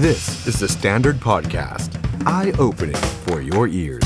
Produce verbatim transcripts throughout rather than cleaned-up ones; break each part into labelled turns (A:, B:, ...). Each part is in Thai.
A: This is the Standard Podcast. Eye-opening for your ears.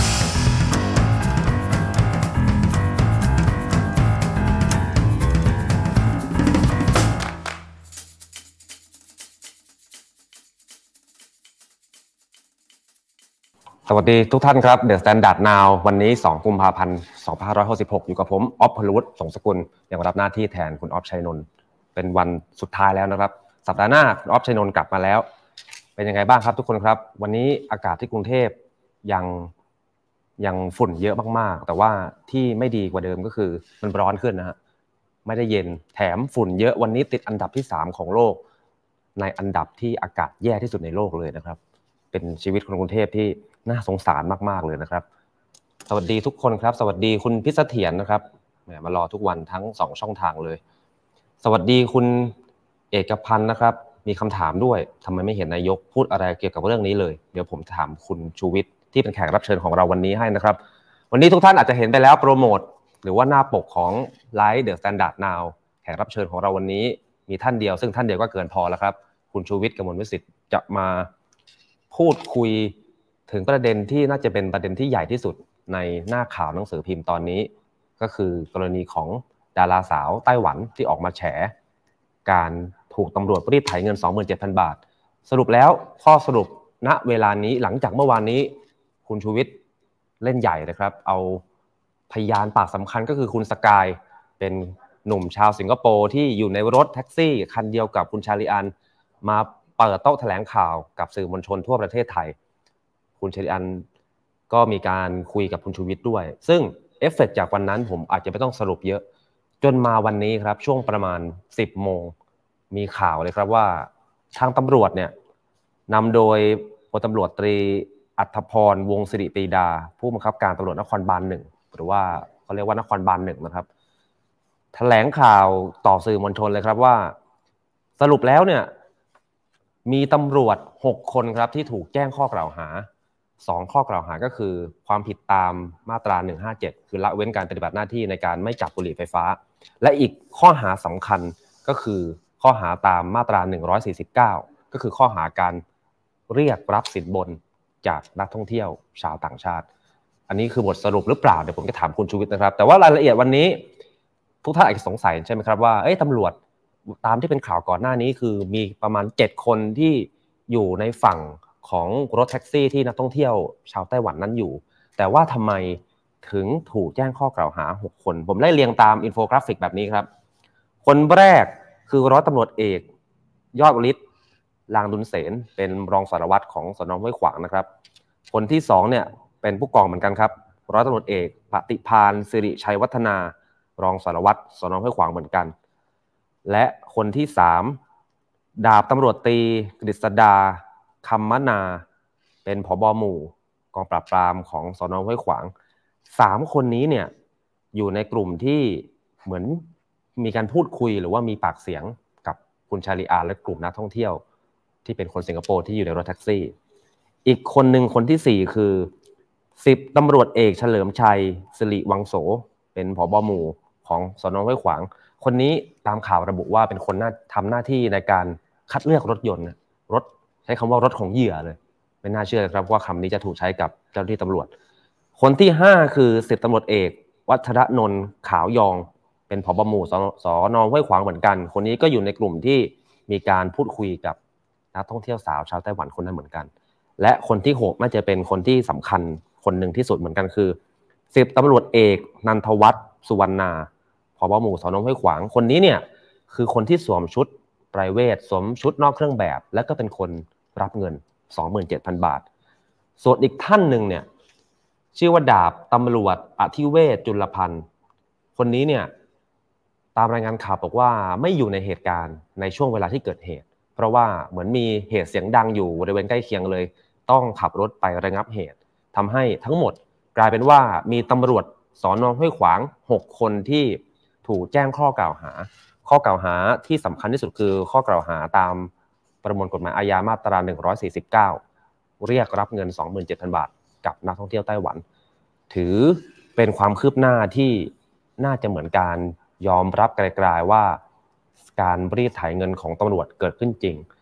B: สวัสดีทุกท่านครับ The Standard Now วันนี้สองกุมภาพันธ์สองพันห้าร้อยหกสิบหกอยู่กับผมอ๊อฟพลวุฒิสงสกุลยังรับหน้าที่แทนคุณอ๊อฟชัยนนท์เป็นวันสุดท้ายแล้วนะครับสัปดาห์หน้าคุณอ๊อฟชัยนนท์กลับมาแล้วเป็นยังไงบ้างครับทุกคนครับวันนี้อากาศที่กรุงเทพยังยังฝุ่นเยอะมากๆแต่ว่าที่ไม่ดีกว่าเดิมก็คือมันร้อนขึ้นนะฮะไม่ได้เย็นแถมฝุ่นเยอะวันนี้ติดอันดับที่สามของโลกในอันดับที่อากาศแย่ที่สุดในโลกเลยนะครับเป็นชีวิตคนกรุงเทพที่น่าสงสารมากๆเลยนะครับสวัสดีทุกคนครับสวัสดีคุณพิเสถียรนะครับแหมมารอทุกวันทั้งสองช่องทางเลยสวัสดีคุณเอกพันธ์นะครับมีคำถามด้วยทำไมไม่เห็นนายกพูดอะไรเกี่ยวกับเรื่องนี้เลยเดี๋ยวผมถามคุณชูวิทย์ที่เป็นแขกรับเชิญของเราวันนี้ให้นะครับวันนี้ทุกท่านอาจจะเห็นไปแล้วโปรโมทหรือว่าหน้าปกของไลฟ์ The Standard Now แขกรับเชิญของเราวันนี้มีท่านเดียวซึ่งท่านเดียวก็เกินพอแล้วครับคุณชูวิทย์กมลวิสิทธิ์จะมาพูดคุยถึงประเด็นที่น่าจะเป็นประเด็นที่ใหญ่ที่สุดในหน้าข่าวหนังสือพิมพ์ตอนนี้ก็คือกรณีของดาราสาวไต้หวันที่ออกมาแฉการถูกตำรวจรีดไถเงิน สองหมื่นเจ็ดพัน บาทสรุปแล้วข้อสรุปณเวลานี้หลังจากเมื่อวานนี้คุณชูวิทย์เล่นใหญ่นะครับเอาพยานปากสำคัญก็คือคุณสกายเป็นหนุ่มชาวสิงคโปร์ที่อยู่ในรถแท็กซี่คันเดียวกับคุณชาลีอันมาเปิดโต๊ะแถลงข่าวกับสื่อมวลชนทั่วประเทศไทยคุณชาลีอันก็มีการคุยกับคุณชูวิทย์ด้วยซึ่งเอฟเฟกต์จากวันนั้นผมอาจจะไม่ต้องสรุปเยอะจนมาวันนี้ครับช่วงประมาณ สิบโมงมีข่าวเลยครับว่าทางตำรวจเนี่ยนำโดยพลตำรวจตรีอัธพรวงศ์สิริปรีดาผู้บังคับการตำรวจนครบาลหนึ่งหรือว่าเขาเรียกว่านครบาลหนึ่งนะครับแถลงข่าวต่อสื่อมวลชนเลยครับว่าสรุปแล้วเนี่ยมีตำรวจหกคนครับที่ถูกแจ้งข้อกล่าวหาสองข้อกล่าวหาก็คือความผิดตามมาตราหนึ่งห้าเจ็ดคือละเว้นการปฏิบัติหน้าที่ในการไม่จับบุหรี่ไฟฟ้าและอีกข้อหาสำคัญก็คือข้อหาตามมาตราหนึ่งร้อยสี่สิบเก้าก็คือข้อหาการเรียกรับสินบนจากนักท่องเที่ยวชาวต่างชาติอันนี้คือบทสรุปหรือเปล่าเดี๋ยวผมจะถามคุณชูวิทย์นะครับแต่ว่ารายละเอียดวันนี้ทุกท่านอาจจะสงสัยใช่ไหมครับว่าเอ้ยตำรวจตามที่เป็นข่าวก่อนหน้านี้คือมีประมาณเจ็ดคนที่อยู่ในฝั่งของรถแท็กซี่ที่นักท่องเที่ยวชาวไต้หวันนั้นอยู่แต่ว่าทำไมถึงถูกแจ้งข้อกล่าวหาหกคนผมไล่เรียงตามอินโฟกราฟิกแบบนี้ครับคนแรกคือร้อยตำรวจเอกยอดฤทธิ์ลางดุลเสนเป็นรองสารวัตรของสน.ห้วยขวางนะครับคนที่สองเนี่ยเป็นผู้กองเหมือนกันครับร้อยตำรวจเอกปฏิภาณสิริชัยวัฒนารองสารวัตรสน.ห้วยขวางเหมือนกันและคนที่สามดาบตำรวจตรีกฤษดาคำมนาเป็นผบ.หมู่กองปราบปรามของสน.ห้วยขวางสามคนนี้เนี่ยอยู่ในกลุ่มที่เหมือนมีการพูดคุยหรือว่ามีปากเสียงกับคุณชาลีอาและกลุ่มนักท่องเที่ยวที่เป็นคนสิงคโปร์ที่อยู่ในรถแท็กซี่อีกคนหนึ่งคนที่สี่คือสิบตำรวจเอกเฉลิมชัยสิริวังโสเป็นผบ.หมู่ของสน.ห้วยขวางคนนี้ตามข่าวระบุว่าเป็นคนทำหน้าที่ในการคัดเลือกรถยนต์รถใช้คำว่ารถของเหยื่อเลยไม่น่าเชื่อครับว่าคำนี้จะถูกใช้กับเจ้าหน้าที่ตำรวจคนที่ห้าคือสิบตำรวจเอกวัชรนนท์ขาวยองเป็นผบ.หมู่สน.ห้วยขวางเหมือนกันคนนี้ก็อยู่ในกลุ่มที่มีการพูดคุยกับนักท่องเที่ยวสาวชาวไต้หวันคนนั้นเหมือนกันและคนที่หกน่าจะเป็นคนที่สำคัญคนหนึ่งที่สุดเหมือนกันคือสิบตำรวจเอกนันทวัฒน์สุวรรณาผบ.หมู่สน.ห้วยขวางคนนี้เนี่ยคือคนที่สวมชุดไพรเวทสวมชุดนอกเครื่องแบบและก็เป็นคนรับเงิน สองหมื่นเจ็ดพัน บาทส่วนอีกท่านหนึ่งเนี่ยชื่อว่าดาบตำรวจอธิเวศจุลพันธ์คนนี้เนี่ยตามรายงานข่าวบอกว่าไม่อยู่ในเหตุการณ์ในช่วงเวลาที่เกิดเหตุเพราะว่าเหมือนมีเหตุเสียงดังอยู่บริเวณใกล้เคียงเลยต้องขับรถไประงับเหตุทำให้ทั้งหมดกลายเป็นว่ามีตำรวจสน.ห้วยขวางหกคนที่ถูกแจ้งข้อกล่าวหาข้อกล่าวหาที่สำคัญที่สุดคือข้อกล่าวหาตามประมวลกฎหมายอาญามาตราหนึ่งร้อยสี่สิบเก้าเรียกรับเงิน สองหมื่นเจ็ดพัน บาทกับนักท่องเที่ยวไต้หวันถือเป็นความคืบหน้าที่น่าจะเหมือนการยอมรับไกลๆว่าการรีดไถเงินของตำรวจเกิดขึ้นจริง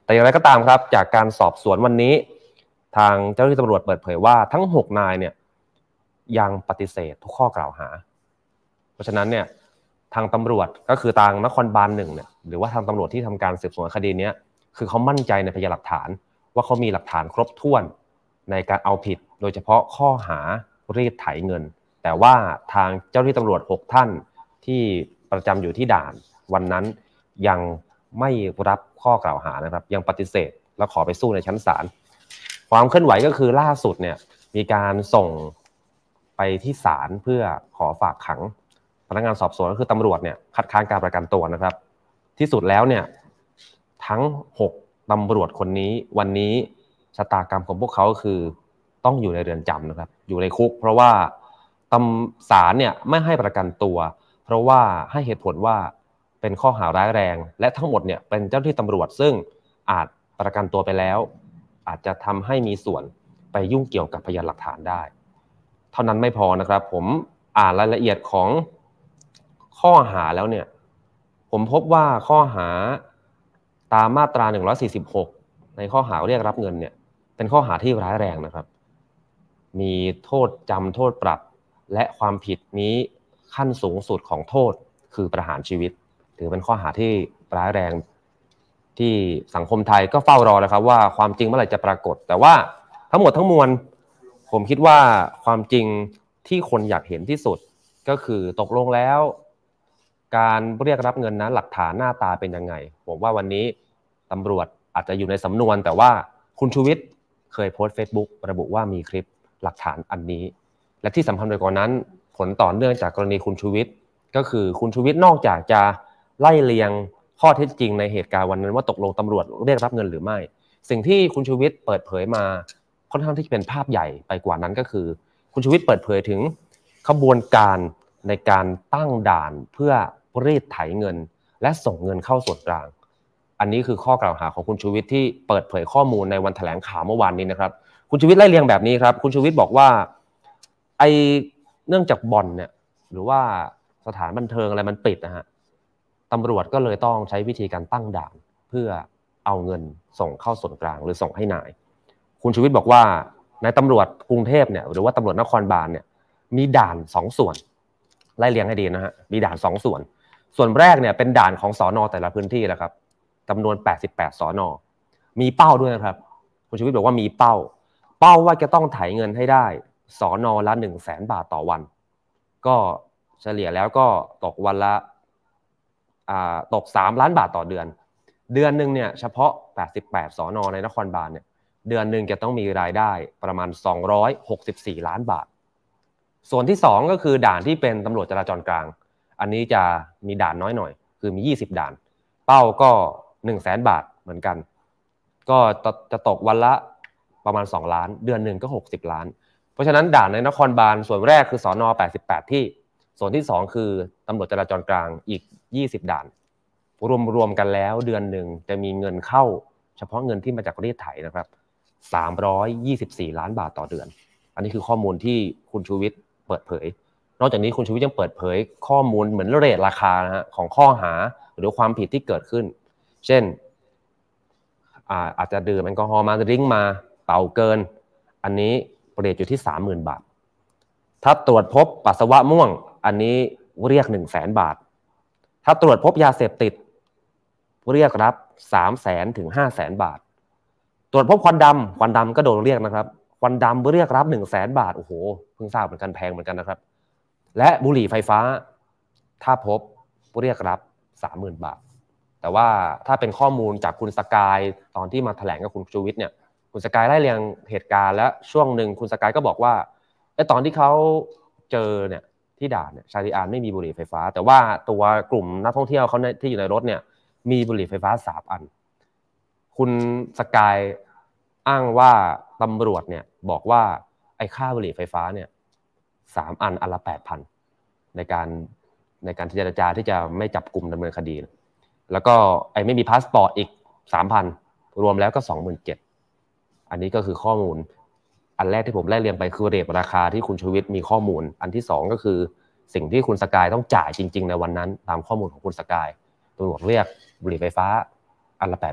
B: แต่อย่างไรก็ตามครับจากการสอบสวนวันนี้ทางเจ้าหน้าที่ตำรวจเปิดเผยว่าทั้งหกนายเนี่ยยังปฏิเสธทุกข้อกล่าวหาเพราะฉะนั้นเนี่ยทางตำรวจก็คือทางนครบาลหนึ่งเนี่ยหรือว่าทางตำรวจที่ทำการสืบสวนคดีนี้คือเขามั่นใจในพยานหลักฐานว่าเขามีหลักฐานครบถ้วนในการเอาผิดโดยเฉพาะข้อหารีดไถเงินแต่ว่าทางเจ้าหน้าที่ตำรวจหกท่านที่ประจำอยู่ที่ด่านวันนั้นยังไม่รับข้อกล่าวหานะครับยังปฏิเสธและขอไปสู้ในชั้นศาลความเคลื่อนไหวก็คือล่าสุดเนี่ยมีการส่งไปที่ศาลเพื่อขอฝากขังพนักงานสอบสวนก็คือตำรวจเนี่ยคัดค้านการประกันตัวนะครับที่สุดแล้วเนี่ยทั้งหกตำรวจคนนี้วันนี้ชะตากรรมของพวกเขาคือต้องอยู่ในเรือนจำนะครับอยู่ในคุกเพราะว่าตำศาลเนี่ยไม่ให้ประกันตัวเพราะว่าให้เหตุผลว่าเป็นข้อหาร้ายแรงและทั้งหมดเนี่ยเป็นเจ้าหน้าที่ตำรวจซึ่งอาจประกันตัวไปแล้วอาจจะทำให้มีส่วนไปยุ่งเกี่ยวกับพยานหลักฐานได้เท่านั้นไม่พอนะครับผมอ่านรายละเอียดของข้อหาแล้วเนี่ยผมพบว่าข้อหาตามมาตราหนึ่งร้อยสี่สิบหกในข้อหาเรียกรับเงินเนี่ยเป็นข้อหาที่ร้ายแรงนะครับมีโทษจำโทษปรับและความผิดนี้ขั้นสูงสุดของโทษคือประหารชีวิตถือเป็นข้อหาที่ร้ายแรงที่สังคมไทยก็เฝ้ารอนะครับว่าความจริงเมื่อไหร่จะปรากฏแต่ว่าทั้งหมดทั้งมวลผมคิดว่าความจริงที่คนอยากเห็นที่สุดก็คือตกลงแล้วการเรียกรับเงินนั้นหลักฐานหน้าตาเป็นยังไงผมว่าวันนี้ตำรวจอาจจะอยู่ในสำนวนแต่ว่าคุณชูวิทย์เคยโพสต์ Facebook ระบุว่ามีคลิปหลักฐานอันนี้และที่สำคัญไปกว่านั้นผลต่อเนื่องจากกรณีคุณชูวิทย์ก็คือคุณชูวิทย์นอกจากจะไล่เลียงข้อเท็จจริงในเหตุการณ์วันนั้นว่าตกลงตำรวจเรียกรับเงินหรือไม่สิ่งที่คุณชูวิทย์เปิดเผยมาค่อนข้างที่จะเป็นภาพใหญ่ไปกว่านั้นก็คือคุณชูวิทย์เปิดเผยถึงขบวนการในการตั้งด่านเพื่อรีดไถเงินและส่งเงินเข้าส่วนกลางอันนี้คือข้อกล่าวหาของคุณชูวิทย์ที่เปิดเผยข้อมูลในวันแถลงข่าวเมื่อวานนี้นะครับคุณชูวิทย์ไล่เลียงแบบนี้ครับคุณชูวิทย์บอกว่าไอเนื่องจากบ่อนเนี่ยหรือว่าสถานบันเทิงอะไรมันปิดนะฮะตำรวจก็เลยต้องใช้วิธีการตั้งด่านเพื่อเอาเงินส่งเข้าส่วนกลางหรือส่งให้นายคุณชูวิทย์บอกว่าในตำรวจกรุงเทพเนี่ยหรือว่าตำรวจนครบาลเนี่ยมีด่านสองส่วนไล่เลียงให้ดีนะฮะมีด่านสองส่วนส่วนแรกเนี่ยเป็นด่านของสนแต่ละพื้นที่แหละครับจำนวนแปดสิบแปดสนมีเป้าด้วยนะครับคุณชูวิทย์บอกว่ามีเป้าเป้าว่าจะต้องไถเงินให้ได้สนละ หนึ่งแสน บาทต่อวันก็เฉลี่ยแล้วก็ตกวันละอ่าตกสามล้านบาทต่อเดือนเดือนนึงเนี่ยเฉพาะแปดสิบแปดสนในนครบาลเนี่ยเดือนนึงจะต้องมีรายได้ประมาณสองร้อยหกสิบสี่ล้านบาทส่วนที่สองก็คือด่านที่เป็นตำรวจจราจรกลางอันนี้จะมีด่านน้อยหน่อยคือมียี่สิบด่านเป้าก็ หนึ่งแสน บาทเหมือนกันก็จะตกวันละประมาณสองล้านเดือนนึงก็หกสิบล้านเพราะฉะนั้นด่านในนครบาลส่วนแรกคือสนแปดสิบแปดที่ส่วนที่สองคือตำรวจจราจรกลางอีกยี่สิบด่านรวมๆกันแล้วเดือนนึงจะมีเงินเข้าเฉพาะเงินที่มาจากรีดไถนะครับสามร้อยยี่สิบสี่ล้านบาทต่อเดือนอันนี้คือข้อมูลที่คุณชูวิทย์เปิดเผยนอกจากนี้คุณชูวิทย์ยังเปิดเผยข้อมูลเหมือนเรทราคานะฮะของข้อหาหรือความผิดที่เกิดขึ้นเช่นอ่าอาจจะดื่มแอลกอฮอล์มาดริงก์มาเป่าเกินอันนี้เรทอยู่ที่ สามหมื่น บาทถ้าตรวจพบปัสสาวะม่วงอันนี้เรียก หนึ่งแสน บาทถ้าตรวจพบยาเสพติดเรียกรับ สามแสน ถึง ห้าแสน บาทตรวจพบควันดำควันดำก็โดนเรียกนะครับควันดำเรียกรับ หนึ่งแสน บาทโอ้โหเพิ่งทราบเหมือนกันแพงเหมือนกันนะครับและบุหรี่ไฟฟ้าถ้าพบเรียกรับ สามหมื่น บาทแต่ว่าถ้าเป็นข้อมูลจากคุณสกายตอนที่มาแถลงกับคุณชูวิทย์เนี่ยคุณสกายไล่เรียงเหตุการณ์และช่วงหนึ่งคุณสกายก็บอกว่าไอ้ตอนที่เขาเจอเนี่ยที่ด่านเนี่ยชาติอาร์ไม่มีบุหรี่ไฟฟ้าแต่ว่าตัวกลุ่มนักท่องเที่ยวเขาที่อยู่ในรถเนี่ยมีบุหรี่ไฟฟ้าสามอันคุณสกายอ้างว่าตำรวจเนี่ยบอกว่าไอ้ค่าบุหรี่ไฟฟ้าเนี่ยสามอันอันละ แปดพัน ในการในการเจรจาที่จะไม่จับกุมดำเนินคดีแล้วก็ไอ้ไม่มีพาสปอร์ตอีก สามพัน รวมแล้วก็ สองหมื่นเจ็ดพัน อันนี้ก็คือข้อมูลอันแรกที่ผมไล่เรียงไปคือเรทราคาที่คุณชูวิทย์มีข้อมูลอันที่สองก็คือสิ่งที่คุณสกายต้องจ่ายจริงๆในวันนั้นตามข้อมูลของคุณสกายตำรวจเรียกบุหรี่ไฟฟ้าอันละ แปดพัน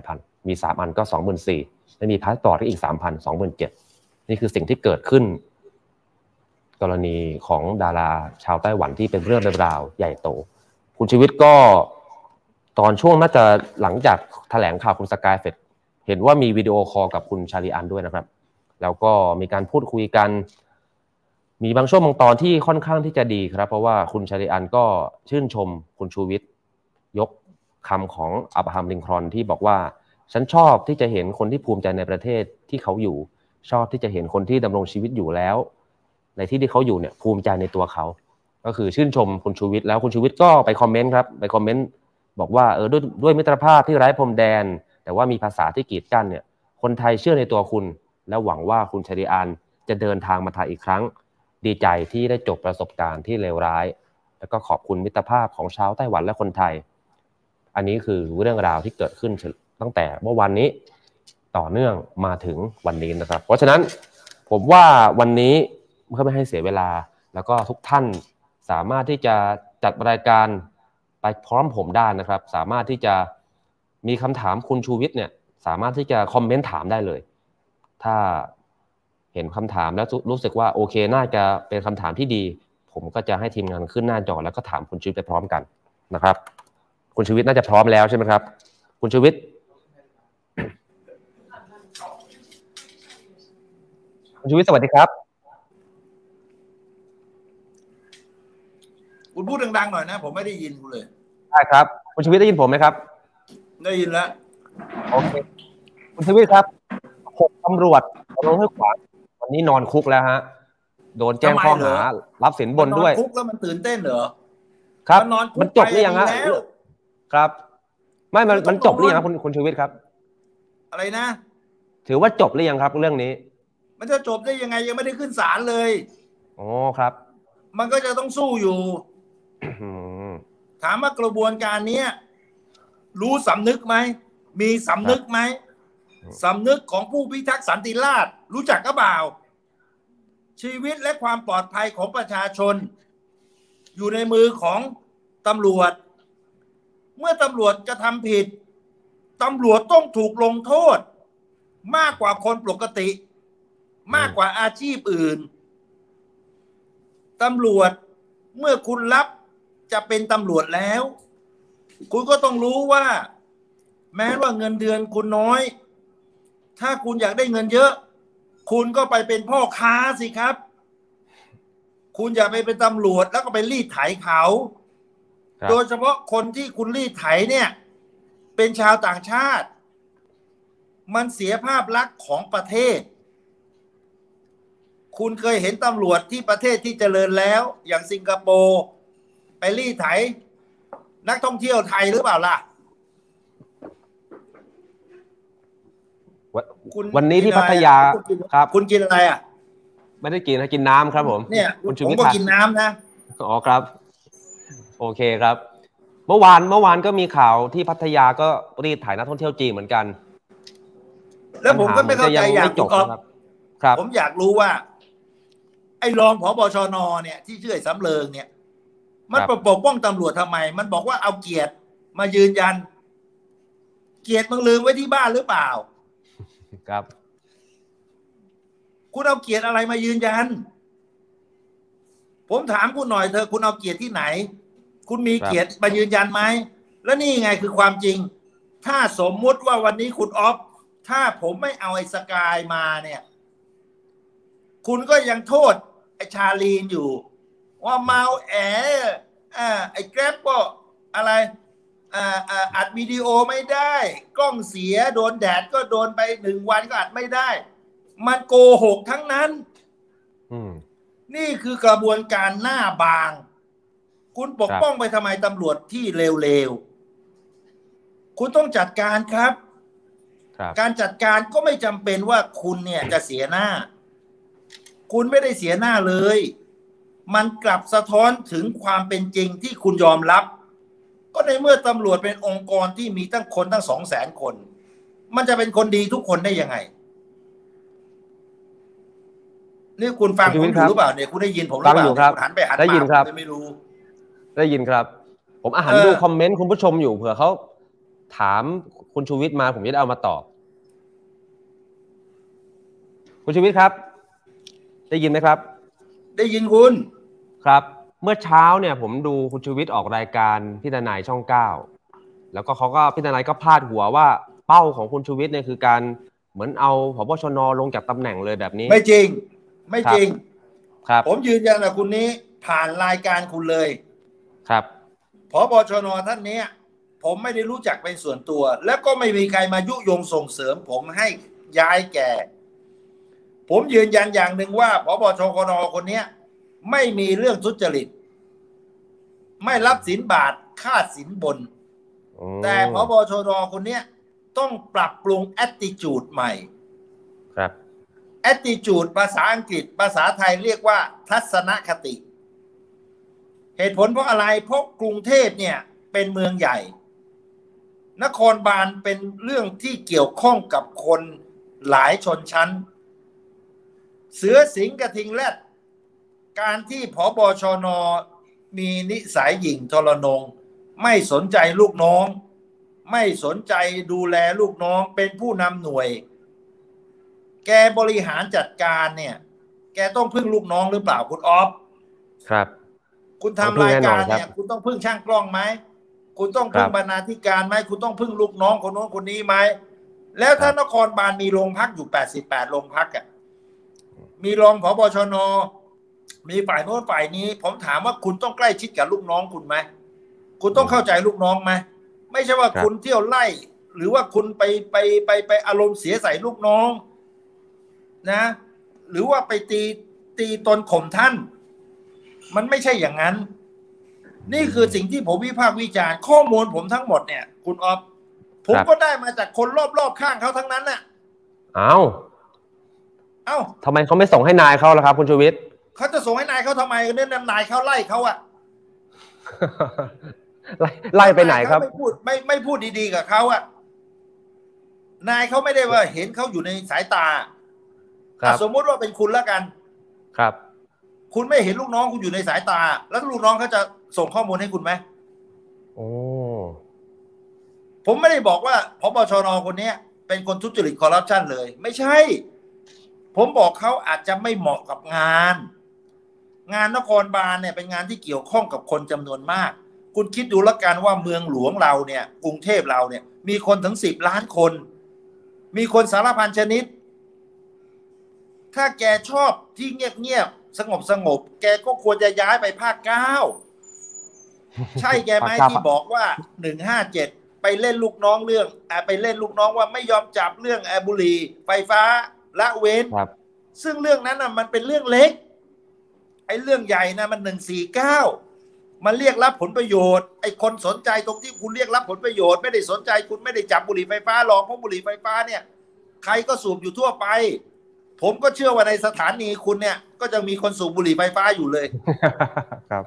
B: มีสามอันก็ สองหมื่นสี่พัน ไม่มีพาสปอร์ตก็อีก สามพัน สองหมื่นเจ็ดพัน นี่คือสิ่งที่เกิดขึ้นกรณีของดาราชาวไต้หวันที่เป็นเรื่องเป็นราวใหญ่โตคุณชีวิตก็ตอนช่วงน่าจะหลังจากแถลงข่าวคุณสกายเสร็จเห็นว่ามีวิดีโอคอลกับคุณชาลีอันด้วยนะครับแล้วก็มีการพูดคุยกันมีบางช่วงบางตอนที่ค่อนข้างที่จะดีครับเพราะว่าคุณชาลีอันก็ชื่นชมคุณชูวิทย์ยกคำของอับราฮัมลิงคอล์นที่บอกว่าฉันชอบที่จะเห็นคนที่ภูมิใจในประเทศที่เขาอยู่ชอบที่จะเห็นคนที่ดำรงชีวิตอยู่แล้วในที่ที่เขาอยู่เนี่ยภูมิใจในตัวเขาก็คือชื่นชมคุณชูวิทย์แล้วคุณชูวิทย์ก็ไปคอมเมนต์ครับไปคอมเมนต์บอกว่าเออด้วยด้วยมิตรภาพที่ไร้พรมแดนแต่ว่ามีภาษาที่กีดกั้นเนี่ยคนไทยเชื่อในตัวคุณและหวังว่าคุณชาลีอันจะเดินทางมาไทยอีกครั้งดีใจที่ได้จบประสบการณ์ที่เลวร้ายแล้วก็ขอบคุณมิตรภาพของชาวไต้หวันและคนไทยอันนี้คือเรื่องราวที่เกิดขึ้นตั้งแต่เมื่อวานนี้ต่อเนื่องมาถึงวันนี้นะครับเพราะฉะนั้นผมว่าวันนี้เพื่อไม่ให้เสียเวลาแล้วก็ทุกท่านสามารถที่จะจัดรายการไปพร้อมผมได้นะครับสามารถที่จะมีคำถามคุณชูวิทย์เนี่ยสามารถที่จะคอมเมนต์ถามได้เลยถ้าเห็นคำถามแล้วรู้สึกว่าโอเคน่าจะเป็นคำถามที่ดีผมก็จะให้ทีมงานขึ้นหน้าจอแล้วก็ถามคุณชูวิทย์ไปพร้อมกันนะครับคุณชูวิทย์น่าจะพร้อมแล้วใช่ไหมครับคุณชูวิทย์คุณชูวิทย์สวัสดีครับ
C: คุณพูดดังๆหน่อยนะผมไม่ได้ยินคุณเลย
B: ได้ครับคุณชูวิทย์ได้ยินผมไหมครับ
C: ได้ยินแล้ว
B: โอเคคุณชูวิทย์ครับหกตำรวจสน.ห้วยขวางวันนี้นอนคุกแล้วฮะโดนแจ้งข้อหารับสินบนด้วย
C: นอนคุกแล้วมันตื่นเต้นเหรอ
B: ครับมันจบหรือยังฮะครับไม่มันมันจบหรือยังครับคุณคุณชูวิทย์ครับ
C: อะไรนะ
B: ถือว่าจบหรือยังครับเรื่องนี้
C: มันจะจบได้ยังไงยังไม่ได้ขึ้นศาลเลย
B: อ๋อครับ
C: มันก็จะต้องสู้อยู่ถามว่ากระบวนการนี้รู้สำนึกไหมมีสำนึกไหมสำนึกของผู้พิทักษ์สันติราษฎร์รู้จักก็เปล่าชีวิตและความปลอดภัยของประชาชนอยู่ในมือของตำรวจเมื่อตำรวจจะทำผิดตำรวจต้องถูกลงโทษมากกว่าคนปกติมากกว่าอาชีพอื่นตำรวจเมื่อคุณรับจะเป็นตำรวจแล้วคุณก็ต้องรู้ว่าแม้ว่าเงินเดือนคุณน้อยถ้าคุณอยากได้เงินเยอะคุณก็ไปเป็นพ่อค้าสิครับคุณอย่าไปเป็นตำรวจแล้วก็ไปรีดไถเขาโดยเฉพาะคนที่คุณรีดไถเนี่ยเป็นชาวต่างชาติมันเสียภาพลักษณ์ของประเทศคุณเคยเห็นตำรวจที่ประเทศที่เจริญแล้วอย่างสิงคโปร์ไปรีดไถนักท่องเที่ยวไทยหรือเปล่าล่ะ
B: วันนี้ที่พัทยาครับ
C: คุณกินอะไรอ่ะ
B: ไม่ได้กินนะกินน้ำครับผม
C: เนี่ยผมก็กินน้ำนะ
B: อ๋อครับโอเคครับเมื่อวานเมื่อวานก็มีข่าวที่พัทยาก็รีดไถนักท่องเที่ยวจีนเหมือนกัน
C: แล้วผมก็ไม่เข้าใจอย่างจบครับผมอยากรู้ว่าไอ้รองผบชนเนี่ยที่ชื่อไอ้สำเริงเนี่ยมันปกป้องตำรวจทำไมมันบอกว่าเอาเกียรติมายืนยันเกียรติมึงลืมไว้ที่บ้านหรือเปล่า
B: ครับ
C: คุณเอาเกียรติอะไรมายืนยันผมถามคุณหน่อยเธอคุณเอาเกียรติที่ไหนคุณมีเกียรติมายืนยันไหมแล้วนี่ไงคือความจริงถ้าสมมุติว่าวันนี้คุณออฟถ้าผมไม่เอาไอ้สกายมาเนี่ยคุณก็ยังโทษไอ้ชาลีนอยู่ว่าเมาแออ่าไอ้แกร็บก็อะไรอ่าอ่าอัดวิดีโอไม่ได้กล้องเสียโดนแดดก็โดนไปหนึ่งวันก็อัดไม่ได้มันโกหกทั้งนั้นนี่คือกระบวนการหน้าบางคุณปกป้องไปทำไมตำรวจที่เลวๆคุณต้องจัดการครับการจัดการก็ไม่จำเป็นว่าคุณเนี่ยจะเสียหน้าคุณไม่ได้เสียหน้าเลยมันกลับสะท้อนถึงความเป็นจริงที่คุณยอมรับก็ในเมื่อตำรวจเป็นองค์กรที่มีตั้งคนตั้งสองแสนคนมันจะเป็นคนดีทุกคนได้ยังไงนี่คุณฟังผมอยู่หรือเปล่าเนี่ยคุณได้ยินผมหรือเปล่าคุณหันไปหันมา
B: ได้ยินครับ
C: ไม่รู้
B: ได้ยินครับผมอ่านดูคอมเมนต์คุณผู้ชมอยู่เผื่อเขาถามคุณชูวิทย์มาผมจะได้เอามาตอบคุณชูวิทย์ครับได้ยินไหมครับ
C: ได้ยินคุณ
B: ครับเมื่อเช้าเนี่ยผมดูคุณชูวิทย์ออกรายการพี่ทนายช่องเก้าแล้วก็เขาก็พี่ทนายก็พาดหัวว่าเป้าของคุณชูวิทย์เนี่ยคือการเหมือนเอาผบชน.ลงจากตำแหน่งเลยแบบนี้
C: ไม่จริงไม่จริง
B: ครับ
C: ผมยืนยันกับคุณนี้ผ่านรายการคุณเลย
B: ครับ
C: ผบชน.ท่านนี้ผมไม่ได้รู้จักเป็นส่วนตัวแล้วก็ไม่มีใครมายุยงส่งเสริมผมให้ย้ายแกผมยืนยันอย่างหนึ่งว่าผบชน.คนนี้ไม่มีเรื่องทุจริตไม่รับสินบาทค่าสินบนแต่ผบชน.คนนี้ต้องปรับปรุง attitude ใหม่
B: ครับ
C: attitude ภาษาอังกฤษภาษาไทยเรียกว่าทัศนคติเหตุผลเพราะอะไรเพราะกรุงเทพเนี่ยเป็นเมืองใหญ่นครบาลเป็นเรื่องที่เกี่ยวข้องกับคนหลายชนชั้นเสือสิงห์กระทิงแรดการที่ผบชน.มีนิสัยหยิ่งทรนงไม่สนใจลูกน้องไม่สนใจดูแลลูกน้องเป็นผู้นำหน่วยแกบริหารจัดการเนี่ยแกต้องพึ่งลูกน้องหรือเปล่าคุณออฟ
B: ครับ
C: คุณทำรายการเนี่ยคุณต้องพึ่งช่างกล้องไหมคุณต้องพึ่งบรรณาธิการไหมคุณต้องพึ่งลูกน้องคนโน้นคนนี้ไหมแล้วถ้านครบาลมีโรงพักอยู่แปดสิบแปดโรงพักอ่ะมีรองผบชน.มีฝ่ายโน้นฝ่ายนี้ผมถามว่าคุณต้องใกล้ชิดกับลูกน้องคุณไหมคุณต้องเข้าใจลูกน้องไหมไม่ใช่ว่าคุณเที่ยวไล่หรือว่าคุณไปไปไปไปอารมณ์เสียใส่ลูกน้องนะหรือว่าไปตีตีตนข่มท่านมันไม่ใช่อย่างนั้นนี่คือสิ่งที่ผมวิพากษ์วิจารณ์ข้อมูลผมทั้งหมดเนี่ยคุณออฟผมก็ได้มาจากคนรอบๆข้างเขาทั้งนั้นน่ะ
B: อ้าว
C: เอ้า
B: ทำไมเขาไม่ส่งให้นายเขาล่ะครับคุณชูวิทย์
C: เขาจะส่งให้นายเขาทำไมเนี่ยนายเขาไล่เขาอะ
B: ไล่ไล่ไปไหนครับ
C: ไม่พูดไม่ไม่พูดดีๆกับเขาอะนายเขาไม่ได้ว่าเห็นเขาอยู่ในสายตาสมมติว่าเป็นคุณแล้วกัน
B: ครับ
C: คุณไม่เห็นลูกน้องคุณอยู่ในสายตาแล้วลูกน้องเขาจะส่งข้อมูลให้คุณไหม
B: โอ้
C: ผมไม่ได้บอกว่าผบชน.คนนี้เป็นคนทุจริตคอร์รัปชันเลยไม่ใช่ผมบอกเขาอาจจะไม่เหมาะกับงานงานนครบาลเนี่ยเป็นงานที่เกี่ยวข้องกับคนจำนวนมากคุณคิดดูแล้วกันว่าเมืองหลวงเราเนี่ยกรุงเทพเราเนี่ยมีคนถึงสิบล้านคนมีคนสารพันชนิดถ้าแกชอบที่เงียบๆสงบสงบแกก็ควรจะย้ายไปภาคเก้าใช่แกไหมที่บอกว่าหนึ่งห้าเจ็ดไปเล่นลูกน้องเรื่องไปเล่นลูกน้องว่าไม่ยอมจับเรื่องแอบุรีไฟฟ้าละเว้นซึ่งเรื่องนั้นน่ะมันเป็นเรื่องเล็กไอ้เรื่องใหญ่นะมันหนึ่งสี่เก้ามันเรียกรับผลประโยชน์ไอ้คนสนใจตรงที่คุณเรียกรับผลประโยชน์ไม่ได้สนใจคุณไม่ได้จับบุหรี่ไฟฟ้าหรอกเพราะบุหรี่ไฟฟ้าเนี่ยใครก็สูบอยู่ทั่วไปผมก็เชื่อว่าในสถานีคุณเนี่ยก็จะมีคนสูบบุหรี่ไฟฟ้าอยู่เลย
B: ครับ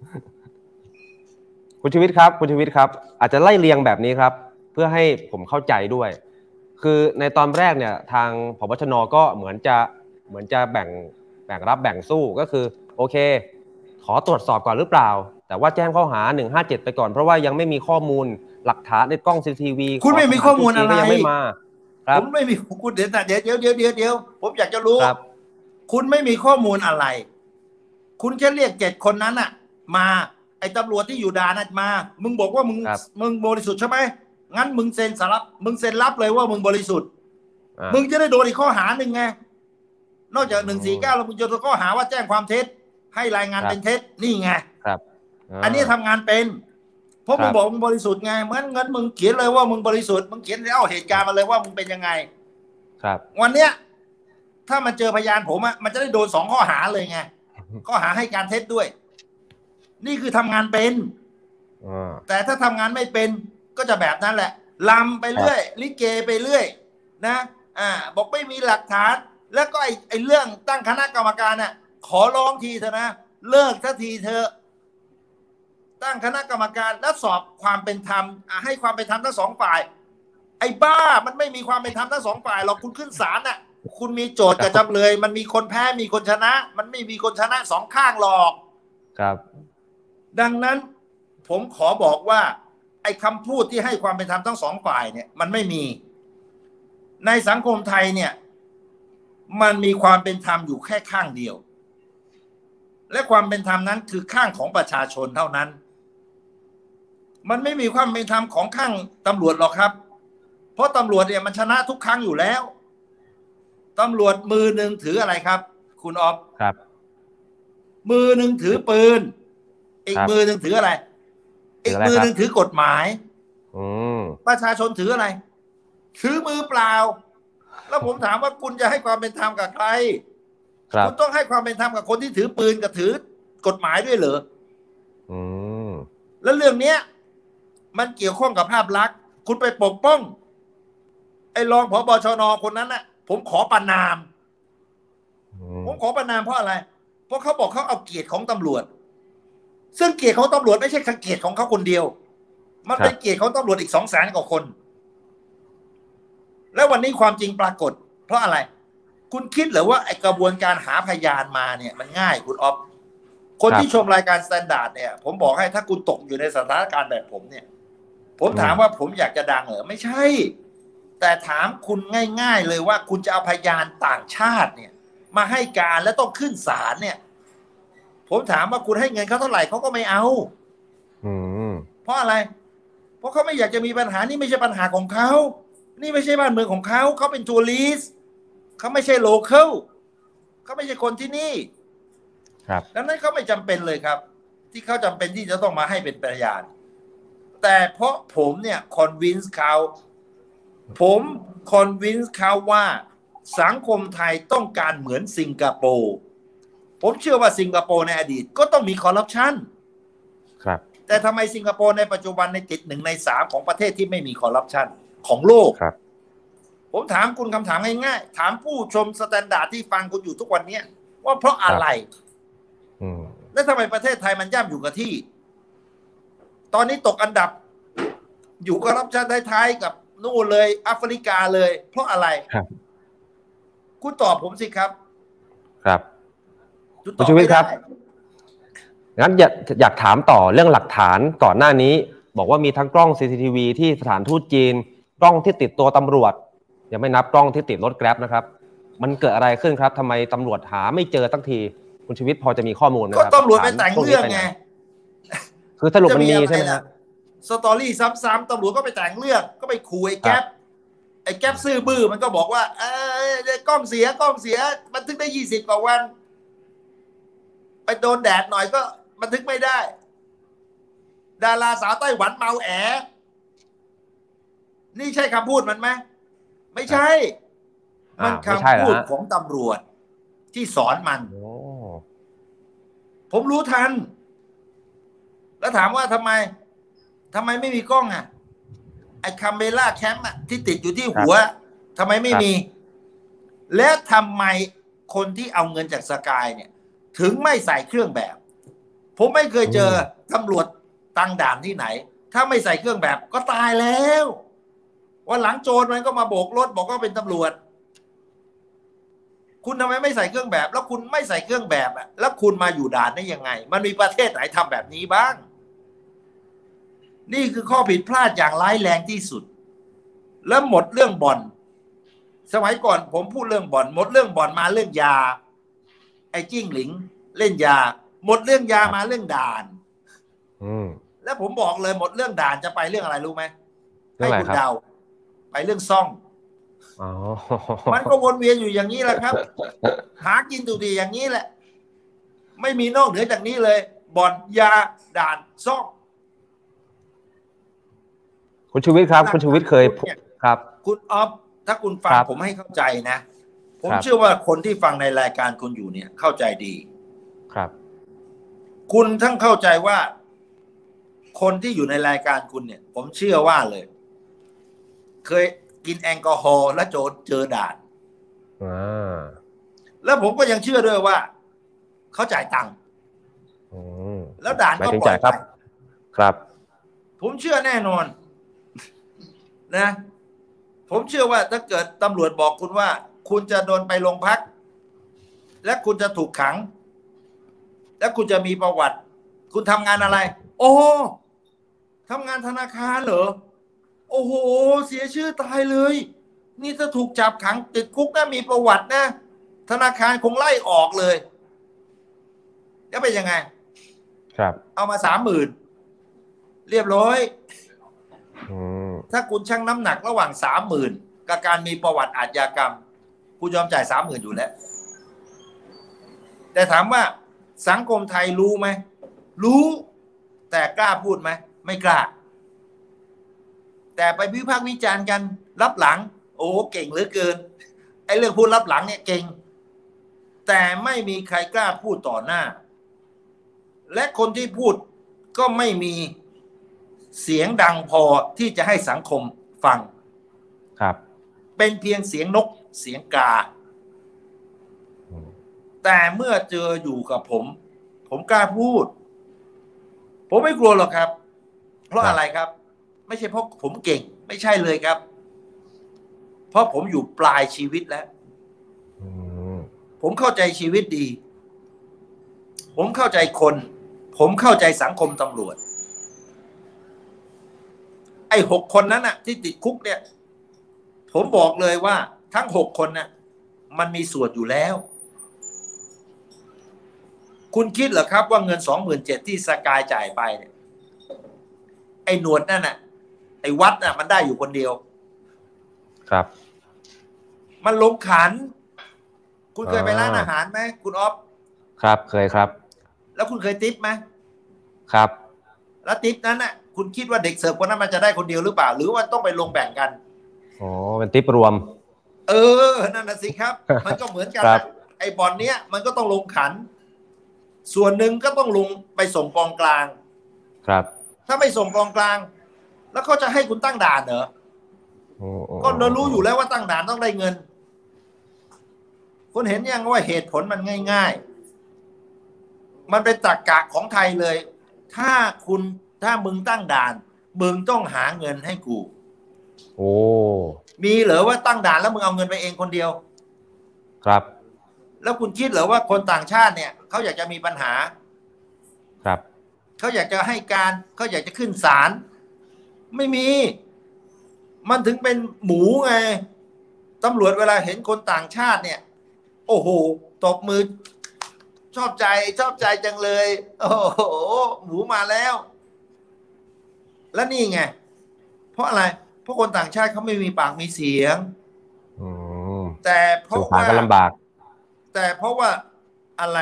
B: คุณชีวิตครับคุณชีวิตครับอาจจะไล่เรียงแบบนี้ครับเพื่อให้ผมเข้าใจด้วยคือในตอนแรกเนี่ยทางผบชน.ก็เหมือนจะเหมือนจะแบ่งแบ่งรับแบ่งสู้ก็คือโอเคขอตรวจสอบก่อนหรือเปล่าแต่ว่าแจ้งข้อหาหนึ่งห้าเจ็ดไปก่อนเพราะว่ายังไม่มีข้อมูลหลักฐานในกล้อง ซี ซี ที วี
C: คุณไม่มีข้อมูลอะไร
B: ยังไม่มา
C: ผมไม่มีคุณเดี๋ยวเดี๋ยวเดี๋ยวเดี๋ยวเดี๋ยวเดี๋ยวผมอยากจะรู้คุณไม่มีข้อมูลอะไรคุณแค่เรียกเจ็ดคนนั้นน่ะมาไอ้ตำรวจที่อยู่ด่านน่ะมามึงบอกว่ามึงมึงบริสุทธิ์ใช่ไหมงั้นมึงเซ็นสารมึงเซ็นรับเลยว่ามึงบริสุทธิ์มึงจะได้โดนอีกข้อหาหนึ่งไงนอกจากหนึ่งสี่เก้าแล้วมึงจะโดนข้อหาว่าแจ้งความเท็จให้รายงานเป็นเท็จนี่ไง
B: ครับ
C: อันนี้ทำงานเป็นเพราะมึงบอกมึงบริสุทธิ์ไงเหมือนเงินมึงเขียนเลยว่ามึงบริสุทธิ์มึงเขียนแล้วเหตุการณ์มาเลยว่ามึงเป็นยังไง
B: ครับ
C: วันเนี้ยถ้ามันเจอพยานผมอะมันจะได้โดนสองข้อหาเลยไงข้อหาให้การเท็จด้วยนี่คือทำงานเป็นแต่ถ้าทำงานไม่เป็นก็จะแบบนั้นแหละลำไปเรื่อยลิเกไปเรื่อยนะอ่าบอกไม่มีหลักฐานแล้วก็ไอ้ไอ้เรื่องตั้งคณะกรรมการน่ะขอร้องทีเถอะนะเลิกสักทีเถอะตั้งคณะกรรมการแล้วสอบความเป็นธรรมให้ความเป็นธรรมทั้งสองฝ่ายไอ้บ้ามันไม่มีความเป็นธรรมทั้งสองฝ่ายหรอกคุณขึ้นศาลน่ะคุณมีโจทย์กับจำเลยมันมีคนแพ้มีคนชนะมันไม่มีคนชนะสองข้างหรอก
B: ครับ
C: ดังนั้นผมขอบอกว่าอ้คำพูดที่ให้ความเป็นธรรมทั้งสองฝ่ายเนี่ยมันไม่มีในสังคมไทยเนี่ยมันมีความเป็นธรรมอยู่แค่ข้างเดียวและความเป็นธรรมนั้นคือข้างของประชาชนเท่านั้นมันไม่มีความเป็นธรรมของข้างตำรวจหรอกครับเพราะตำรวจเนี่ยมันชนะทุกครั้งอยู่แล้วตำรวจมือหนึ่งถืออะไรครับคุณอ๊อฟ
B: ครับ
C: มือหนึ่งถือปืนอีกมือหนึ่งถืออะไรอีกมือหนึ่งถือกฎหมายประชาชนถืออะไรถือมือเปล่าแล้วผมถามว่าคุณจะให้ความเป็นธรรมกับใครคุณต้องให้ความเป็นธรรมกับคนที่ถือปืนกับถือกฎหมายด้วยเหรอแล้วเรื่องเนี้ยมันเกี่ยวข้องกับภาพลักษณ์คุณไปปกป้องไอ้รองผบ.ชน.คนนั้นน่ะผมขอประณามผมขอประณามเพราะอะไรเพราะเขาบอกเขาเอาเกียรติของตำรวจซึ่งเกียรติของตำรวจไม่ใช่เกียรติของเขาคนเดียวมันเป็นเกียรติของตำรวจอีกสองแสนกว่าคนแล้ววันนี้ความจริงปรากฏเพราะอะไรคุณคิดหรือว่าไอกระบวนการหาพยานมาเนี่ยมันง่ายคุณอ๊อฟคนที่ชมรายการสแตนดาร์ดเนี่ยผมบอกให้ถ้าคุณตกอยู่ในสถานการณ์แบบผมเนี่ยผมถามว่าผมอยากจะดังเหรอไม่ใช่แต่ถามคุณง่ายๆเลยว่าคุณจะเอาพยานต่างชาติเนี่ยมาให้การและต้องขึ้นศาลเนี่ยผมถามว่าคุณให้เงินเขาเท่าไหร่เขาก็ไม่เอาเพราะอะไรเพราะเขาไม่อยากจะมีปัญหานี่ไม่ใช่ปัญหาของเขานี่ไม่ใช่บ้านเมืองของเขาเขาเป็นทัวริสต์เขาไม่ใช่โลเคอลเขาไม่ใช่คนที่นี่
B: ครับ
C: ดังนั้นเขาไม่จำเป็นเลยครับที่เขาจำเป็นที่จะต้องมาให้เป็นพยานแต่เพราะผมเนี่ยคอนวินส์เขาผมคอนวินส์เขาว่าสังคมไทยต้องการเหมือนสิงคโปร์ผมเชื่อว่าสิงคโปร์ในอดีตก็ต้องมีคอร์รัปชัน
B: ครับ
C: แต่ทำไมสิงคโปร์ในปัจจุบันในติดหนึ่งในสามของประเทศที่ไม่มีคอร์รัปชันของโลก
B: ครับ
C: ผมถามคุณคำถามง่ายๆถามผู้ชมสแตนดาร์ดที่ฟังคุณอยู่ทุกวันนี้ว่าเพราะอะไรแล้วทำไมประเทศไทยมันย่ำอยู่กับที่ตอนนี้ตกอันดับอยู่คอร์รัปชันท้ายๆกับนู่นเลยแอฟริกาเลยเพราะอะไร
B: ครับ
C: คุณตอบผมสิครับ
B: ครับคุณชูวิทย์ครับงั้นอยากอยากถามต่อเรื่องหลักฐานก่อนหน้านี้บอกว่ามีทั้งกล้อง ซี ซี ที วี ที่สถานทูตจีนกล้องที่ติดตัวตำรวจยังไม่นับกล้องที่ติดรถแกร็บนะครับมันเกิดอะไรขึ้นครับทำไมตำรวจหาไม่เจอตั้งทีคุณชูวิทย์พอจะมีข้อมูลไหมครับ
C: ก็ตำรวจไปแต่งเรื่องไง
B: คือสรุปมันมีใช่ไหมครับ
C: สตอรี่ซ้ำๆตำรวจก็ไปแต่งเรื่องก็ไปขู่ไอ้แก๊ปไอ้แก๊ปซื่อบื้อมันก็บอกว่าเออกล้องเสียกล้องเสียบันทึกได้ยี่สิบกว่าวันไปโดนแดดหน่อยก็บันทึกไม่ได้ดาราสาวไต้หวันเมาแอนี่ใช่คำพูดมันไหมไม่ใช่มันคำพูดของตำรวจที่สอนมันผมรู้ทันแล้วถามว่าทำไมทำไมไม่มีกล้องอ่ะไอ้คัมเบล่าแคมป์อ่ะที่ติดอยู่ที่หัวทำไมไม่มีและทำไมคนที่เอาเงินจากสกายเนี่ยถึงไม่ใส่เครื่องแบบผมไม่เคยเจอตำรวจตั้งด่านที่ไหนถ้าไม่ใส่เครื่องแบบก็ตายแล้ววันหลังโจรมันก็มาโบกรถบอกว่าเป็นตำรวจคุณทำไมไม่ใส่เครื่องแบบแล้วคุณไม่ใส่เครื่องแบบอ่ะแล้วคุณมาอยู่ด่านได้ยังไงมันมีประเทศไหนทำแบบนี้บ้างนี่คือข้อผิดพลาดอย่างร้ายแรงที่สุดแล้วหมดเรื่องบ่อนสมัยก่อนผมพูดเรื่องบ่อนหมดเรื่องบ่อนมาเรื่องยาไอ้จิ้งหลิงเล่นยาหมดเรื่องยามาเรื่องด่านแล้วผมบอกเลยหมดเรื่องด่านจะไปเรื่องอะไรรู้ไหมให้คุณเดาไปเรื่องซ่องมันก็วนเวียนอยู่อย่างนี้แหละครับหากินตุดีอย่างนี้แหละไม่มีนอกเหนือจากนี้เลยบ่อนยาด่านซ่อง
B: คุณชูวิทย์ครับคุณชูวิทย์เคยครับ
C: คุณอ๊อฟถ้าคุณฟังผมให้เข้าใจนะผมเชื่อว่าคนที่ฟังในรายการคุณอยู่เนี่ยเข้าใจดี
B: ครับ
C: คุณทั้งเข้าใจว่าคนที่อยู่ในรายการคุณเนี่ยผมเชื่อว่าเลยเคยกินแอลกอฮอล์และโจรเจอด่านแล้วผมก็ยังเชื่อด้วยว่าเขาจ่ายตังค์แล้วด่านก็ปล่อยไป
B: ครับ
C: ผมเชื่อแน่นอนนะผมเชื่อว่าถ้าเกิดตำรวจบอกคุณว่าคุณจะโดนไปโรงพักและคุณจะถูกขังและคุณจะมีประวัติคุณทำงานอะไรโอ้ทำงานธนาคารเหรอโอ้โหเสียชื่อตายเลยนี่ถ้าถูกจับขังติดคุกนะมีประวัตินะธนาคารคงไล่ออกเลยจะเป็นยังไง
B: ครับ
C: เอามาสามหมื่นเรียบร้อยถ้าคุณชั่งน้ำหนักระหว่างสามหมื่นกับการมีประวัติอาชญากรรมคุณยอมจ่ายสามหมื่นอยู่แล้วแต่ถามว่าสังคมไทยรู้ไหมรู้แต่กล้าพูดไหมไม่กล้าแต่ไปวิพากษ์วิจารณ์กันรับหลังโอ้เก่งเหลือเกินไอ้เรื่องพูดรับหลังเนี่ยเก่งแต่ไม่มีใครกล้าพูดต่อหน้าและคนที่พูดก็ไม่มีเสียงดังพอที่จะให้สังคมฟัง
B: ครับ
C: เป็นเพียงเสียงนกเสียงกาแต่เมื่อเจออยู่กับผมผมกล้าพูดผมไม่กลัวหรอกครับเพราะอะไรครับไม่ใช่เพราะผมเก่งไม่ใช่เลยครับเพราะผมอยู่ปลายชีวิตแล้วผมเข้าใจชีวิตดีผมเข้าใจคนผมเข้าใจสังคมตำรวจไอ้หกคนนั้นน่ะที่ติดคุกเนี่ยผมบอกเลยว่าทั้งหกคนน่ะมันมีส่วนอยู่แล้วคุณคิดเหรอครับว่าเงิน สองหมื่นเจ็ดพัน ที่สกายจ่ายไปเนี่ยไอ้หนวดนั่นน่ะไอ้วัดน่ะมันได้อยู่คนเดียว
B: ครับ
C: มันลงขันคุณเคยไปร้านอาหารไหมคุณอ๊อฟ
B: ครับเคยครับ
C: แล้วคุณเคยทิปไหม
B: ครับ
C: แล้วทิปนั้นน่ะคุณคิดว่าเด็กเสิร์ฟคนนั้นมันจะได้คนเดียวหรือเปล่าหรือว่าต้องไปลงแบ่งกัน
B: อ๋อเป็นทิปรวม
C: เออนั่นน่ะสิครับมันก็เหมือนกันไอ้บอลเนี้ยมันก็ต้องลงขันส่วนหนึ่งก็ต้องลงไปส่งกองกลาง
B: ครับ
C: ถ้าไม่ส่งกองกลางแล้วเขาจะให้คุณตั้งด่านเหรอก็เรารู้อยู่แล้วว่าตั้งด่านต้องได้เงินคุณเห็นยังว่าเหตุผลมันง่ายๆมันเป็นตรรกะของไทยเลยถ้าคุณถ้ามึงตั้งด่านมึงต้องหาเงินให้กู
B: โอ้
C: มีเหรอว่าตั้งด่านแล้วมึงเอาเงินไปเองคนเดียว
B: ครับ
C: แล้วคุณคิดเหรอว่าคนต่างชาติเนี่ยเขาอยากจะมีปัญหา
B: ครับ
C: เขาอยากจะให้การเขาอยากจะขึ้นศาลไม่มีมันถึงเป็นหมูไงตำรวจเวลาเห็นคนต่างชาติเนี่ยโอ้โหตบมือชอบใจชอบใจจังเลยโอ้โหหมูมาแล้วแล้วนี่ไงเพราะอะไรเพราะคนต่างชาติเขาไม่มีปากมีเสียงแต่เพราะว่า
B: ลำบาก
C: แต่เพราะว่าอะไร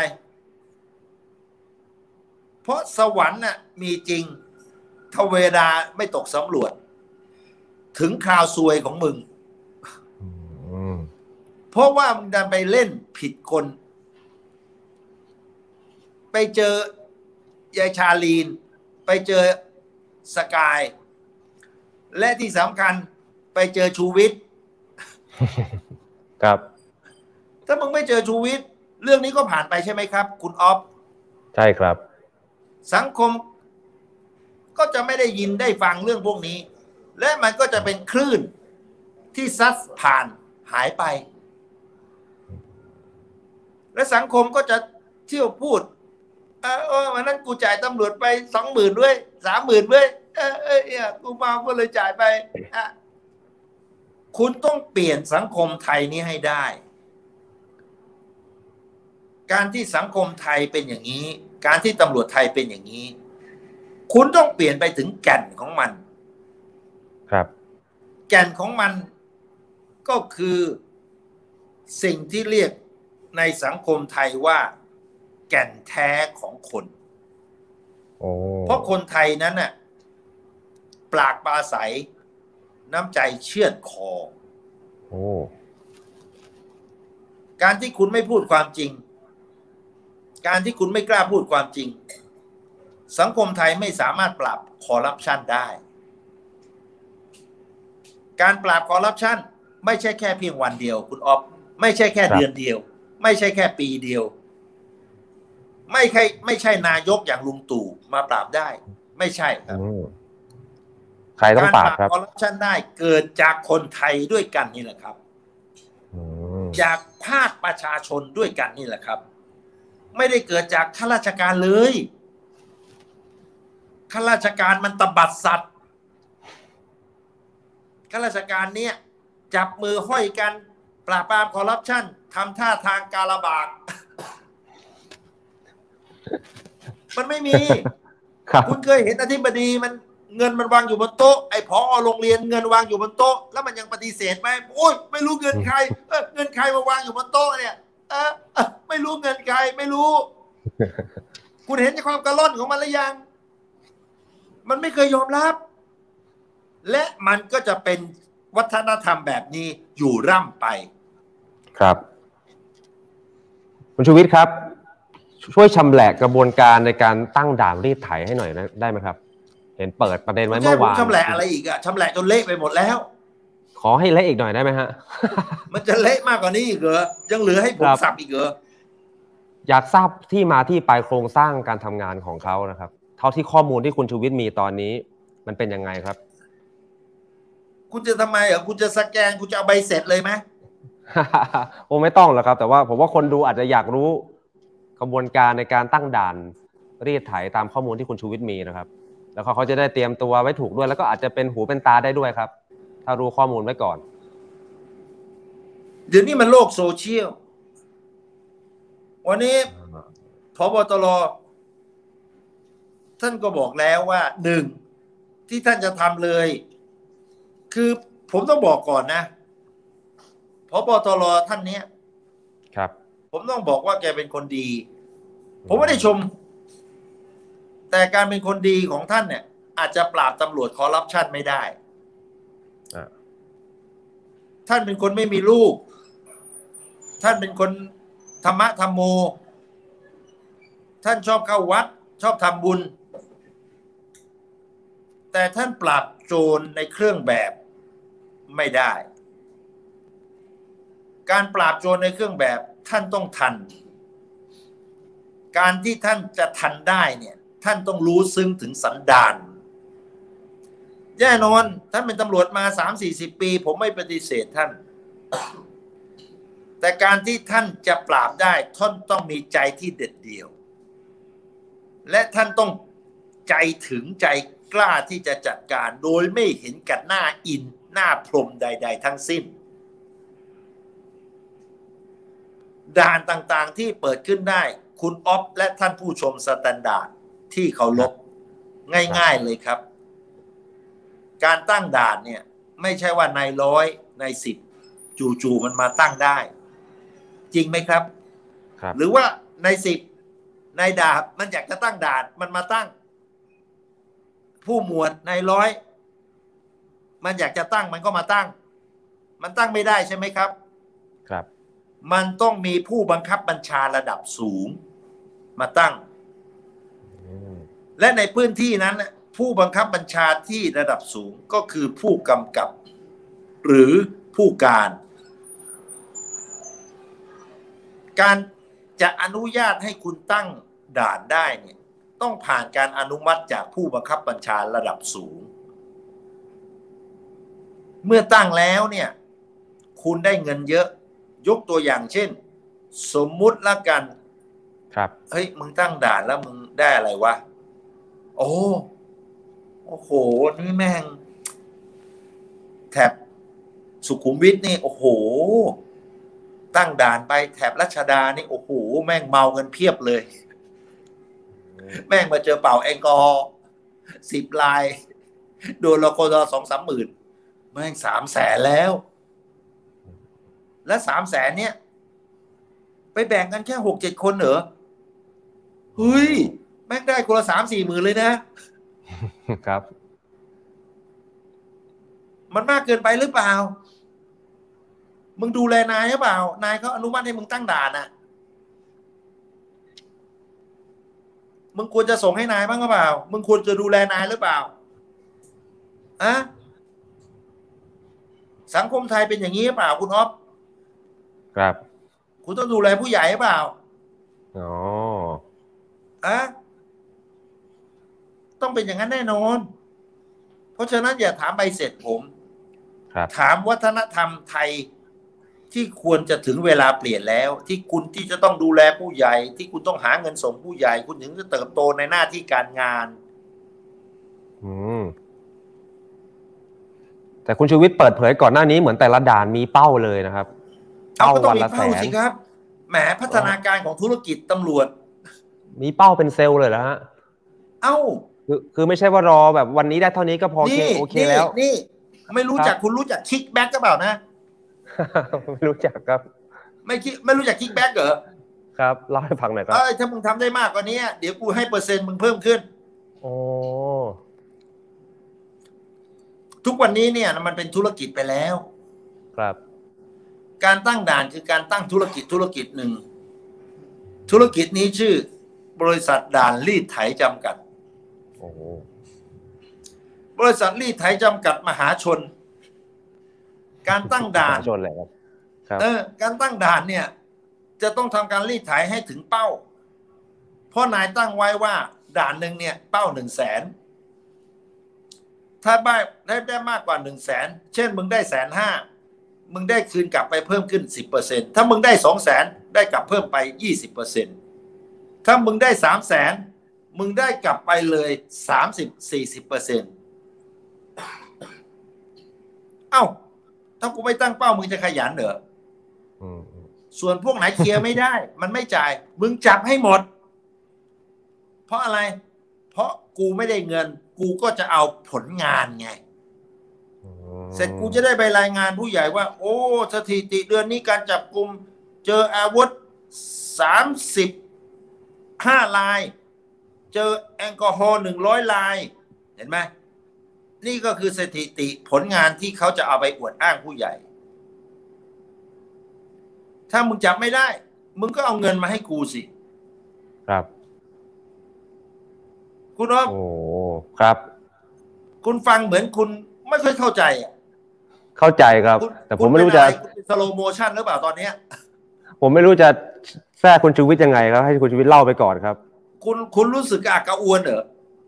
C: เพราะสวรรค์น่ะมีจริงทเวดาไม่ตกสำรวจถึงคราวซวยของมึงเพราะว่ามึงดันไปเล่นผิดคนไปเจอยายชาลีนไปเจอสกายและที่สำคัญไปเจอชูวิทย์
B: ครับ
C: ถ้ามึงไม่เจอชูวิทย์เรื่องนี้ก็ผ่านไปใช่ไหมครับคุณอ๊อฟ
B: ใช่ครับ
C: สังคมก็จะไม่ได้ยินได้ฟังเรื่องพวกนี้และมันก็จะเป็นคลื่นที่ซัดผ่านหายไปและสังคมก็จะเที่ยวพูดเออวันนั้นกูจ่ายตำรวจไปสองหมื่นด้วยสามหมื่นด้วยเออเออเนี่ยกูมาก็เลยจ่ายไปอ่ะคุณต้องเปลี่ยนสังคมไทยนี้ให้ได้การที่สังคมไทยเป็นอย่างนี้การที่ตำรวจไทยเป็นอย่างนี้คุณต้องเปลี่ยนไปถึงแก่นของมัน
B: ครับ
C: แก่นของมันก็คือสิ่งที่เรียกในสังคมไทยว่าแก่นแท้ของคนเพราะคนไทยนั้นน่ะปากปราศัยน้ำใจเชือดคอการที่คุณไม่พูดความจริงการที่คุณไม่กล้าพูดความจริงสังคมไทยไม่สามารถปราบคอร์รัปชันได้การปราบคอร์รัปชันไม่ใช่แค่เพียงวันเดียวคุณอ๊อฟไม่ใช่แค่เดือนเดียวไม่ใช่แค่ปีเดียวไม่ใช่ไม่ใช่นายกอย่างลุงตู่มาปราบได้ไม่ใช่ครับ
B: ใครต้องปราบครับ
C: คอร์รัปชันได้เกิดจากคนไทยด้วยกันนี่แหละครับจากภาคประชาชนด้วยกันนี่แหละครับไม่ได้เกิดจากข้าราชการเลยขข้าราชการมันตบัดสัตว์ข้าราชการเนี้ยจับมือห้อยกันปราบปรามคอร์รัปชันทำท่าทางการระบาด มันไม่มี คุณเคยเห็นอธิบดีมันเงินมันวางอยู่บนโต๊ะไอ้ผอโรงเรียนเงินวางอยู่บนโต๊ะแล้วมันยังปฏิเสธไหมโอ้ยไม่รู้เงินใครเออเงินใครมาวางอยู่บนโต๊ะเนี่ยเออเออไม่รู้เงินใครไม่รู้ คุณเห็นความกระล่อนของมันหรือยังมันไม่เคยยอมรับและมันก็จะเป็นวัฒนธรรมแบบนี้อยู่ร่ำไป
B: ครับคุณชูวิทย์ครับช่วยชำแหละกระบวนการในการตั้งด่านรีดไถให้หน่อยได้ไหมครับเห็นเปิดประเด็นไว้เมื่อวาน
C: ชำแหละอะไรอีกอะชำแหละจนเละไปหมดแล้ว
B: ขอให้เละอีกหน่อยได้ไหมฮะ
C: มันจะเละมากกว่านี้อีกเหรอยังเหลือให้ผมสับอีกเหรอ
B: อยากทราบที่มาที่ไปโครงสร้างการทำงานของเขานะครับเท่าที่ข้อมูลที่คุณชูวิทย์มีตอนนี้มันเป็นยังไงครับ
C: คุณจะทำไมเหรอคุณจะสแกนคุณจะเอาใบเสร็จเลยไหม
B: โอ้ไม่ต้องหรอกครับแต่ว่าผมว่าคนดูอาจจะอยากรู้กระบวนการในการตั้งด่านรีดไถตามข้อมูลที่คุณชูวิทย์มีนะครับแล้วเขาจะได้เตรียมตัวไว้ถูกด้วยแล้วก็อาจจะเป็นหูเป็นตาได้ด้วยครับถ้ารู้ข้อมูลไว้ก่อน
C: เดี๋ยวนี้มันโลกโซเชียลวันนี้ผบ.ตร.ท่านก็บอกแล้วว่าหนึ่งที่ท่านจะทำเลยคือผมต้องบอกก่อนนะผบ.ตร.ท่านเนี้ย
B: ครับ
C: ผมต้องบอกว่าแกเป็นคนดีผมไม่ได้ชมแต่การเป็นคนดีของท่านเนี่ยอาจจะปราบตำรวจคอร์รัปชันไม่ได้ท่านเป็นคนไม่มีลูกท่านเป็นคนธรรมะธรรมโมท่านชอบเข้าวัดชอบทำบุญแต่ท่านปราบโจรในเครื่องแบบไม่ได้การปราบโจรในเครื่องแบบท่านต้องทันการที่ท่านจะทันได้เนี่ยท่านต้องรู้ซึ้งถึงสันดานแน่นอนท่านเป็นตำรวจมา สามสี่สิบ ปีผมไม่ปฏิเสธท่านแต่การที่ท่านจะปราบได้ท่านต้องมีใจที่เด็ดเดี่ยวและท่านต้องใจถึงใจกล้าที่จะจัดการโดยไม่เห็นกันหน้าอินหน้าพรหมใดๆทั้งสิ้นด่านต่างๆที่เปิดขึ้นได้คุณอ๊อฟและท่านผู้ชมสแตนดาร์ดที่เคารพง่ายๆเลยครับการตั้งด่านเนี่ยไม่ใช่ว่านายร้อยนายสิบจู่ๆมันมาตั้งได้จริงไหมครับหรือว่านายสิบนายดาบมันอยากจะตั้งด่านมันมาตั้งผู้หมวดนายร้อยมันอยากจะตั้งมันก็มาตั้งมันตั้งไม่ได้ใช่ไหมครับ
B: ครับ
C: มันต้องมีผู้บังคับบัญชาระดับสูงมาตั้งและในพื้นที่นั้นผู้บังคับบัญชาที่ระดับสูงก็คือผู้กำกับหรือผู้การการจะอนุญาตให้คุณตั้งด่านได้เนี่ยต้องผ่านการอนุมัติจากผู้บังคับบัญชาระดับสูงเมื่อตั้งแล้วเนี่ยคุณได้เงินเยอะยกตัวอย่างเช่นสมมุติละกัน
B: ครับ
C: เฮ้ยมึงตั้งด่านแล้วมึงได้อะไรวะโอ้โอ้โหนี่แม่งแถบสุขุมวิทนี่โอ้โหตั้งด่านไปแถบรัชดานี่โอ้โหแม่งเมาเงินเพียบเลยแม่งมาเจอเป่าแอลกอฮอล์สิบลายโดนละคนละสองสามหมื่นแม่งสามแสนแล้วและสามแสนเนี้ยไปแบ่งกันแค่หกเจ็ดคนเหรอเฮ้ยแม่งได้คนละสามสี่หมื่นเลยนะครับมันมากเกินไปหรือเปล่ามึงดูแลนายหรือเปล่านายเขาอนุมัติให้มึงตั้งด่านอ่ะมึงควรจะส่งให้นายบ้างหรือเปล่ามึงควรจะดูแลนายหรือเปล่าอะสังคมไทยเป็นอย่างนี้หรือเปล่าคุณอ๊อฟ
B: ครับ
C: คุณต้องดูแลผู้ใหญ่หรือเปล่า
B: อ๋อ
C: อะต้องเป็นอย่างนั้นแน่นอนเพราะฉะนั้นอย่าถามใบเสร็จผมถามวัฒนธรรมไทยที่ควรจะถึงเวลาเปลี่ยนแล้วที่คุณที่จะต้องดูแลผู้ใหญ่ที่คุณต้องหาเงินส่งผู้ใหญ่คุณถึงจะเติบโตในหน้าที่การงาน
B: อืมแต่คุณชูวิทย์เปิดเผยก่อนหน้านี้เหมือนแต่ละด่านมีเป้าเลยนะครับ
C: เอาก็ต้อง
B: เป้าวัน
C: มี
B: ละแส
C: เป้าน สิครับแหมพัฒนาการของธุรกิจตำรวจ
B: มีเป้าเป็นเซลล์เลยเหรอฮะ
C: เอ้า
B: คือคือไม่ใช่ว่ารอแบบวันนี้ได้เท่านี้ก็พอเค
C: นี่
B: โอเค
C: นี่
B: แล้ว
C: นี่ไม่รู้จัก
B: ครับ
C: คุณรู้จักคิกแบ็กก็เปล่านะ
B: ไม่รู้จักครับ
C: ไม่คิดไม่รู้จักคิกแบ็กเหรอ
B: ครับเล่าให้ฟังหน่อยครั
C: เอ้
B: บ
C: ยถ้ามึงทำได้มากกว่านี้เดี๋ยวกูให้เปอร์เซ็นต์มึงเพิ่มขึ้น
B: โอ้
C: ทุกวันนี้เนี่ยมันเป็นธุรกิจไปแล้ว
B: ครับ
C: การตั้งด่านคือการตั้งธุรกิจธุรกิจหนึ่งธุรกิจนี้ชื่อบริษัทด่านรีดไถจำกัด
B: โอ้
C: บริษัทรีดไถจำกัดมหาชนการตั้งด่าน
B: ชนเลยครับครับ
C: เออการตั้งด่านเนี่ยจะต้องทำการรีดไถให้ถึงเป้าเพราะนายตั้งไว้ว่าด่านหนึ่งเนี่ยเป้าหนึ่งแสนถ้าได้ได้ได้มากกว่าหนึ่งแสนเช่นมึงได้แสนห้ามึงได้คืนกลับไปเพิ่มขึ้น สิบเปอร์เซ็นต์ ถ้ามึงได้ สองแสน ได้กลับเพิ่มไป ยี่สิบเปอร์เซ็นต์ ถ้ามึงได้ สามแสน มึงได้กลับไปเลย สามสิบถึงสี่สิบเปอร์เซ็นต์ เอ้าถ้ากูไม่ตั้งเป้ามึงจะขยันเหรอส่วนพวกไหนเคลียร์ไม่ได้มันไม่จ่ายมึงจับให้หมดเพราะอะไรเพราะกูไม่ได้เงินกูก็จะเอาผลงานไงเสร็จกูจะได้ไปรายงานผู้ใหญ่ว่าโอ้สถิติเดือนนี้การจับกุมเจออาวุธสามสิบห้ารายเจอแอลกอฮอล์หนึ่งร้อยลายเห็นไหมนี่ก็คือสถิติผลงานที่เขาจะเอาไปอวดอ้างผู้ใหญ่ถ้ามึงจับไม่ได้มึงก็เอาเงินมาให้กูสิ
B: ครับ
C: คุณอ๊อฟ
B: โอ้ครับ
C: คุณฟังเหมือนคุณไม่ค่อยเข้าใจอ่ะ
B: เข้าใจครับแต่ผมไม่รู้จะ
C: สโลโมชั่นหรือเปล่าตอนนี้
B: ผมไม่รู้จะแทรกคุณชูวิทย์ยังไงครับให้คุณชูวิทย์เล่าไปก่อนครับ
C: คุณคุณรู้สึกอักกระอวนเหรอ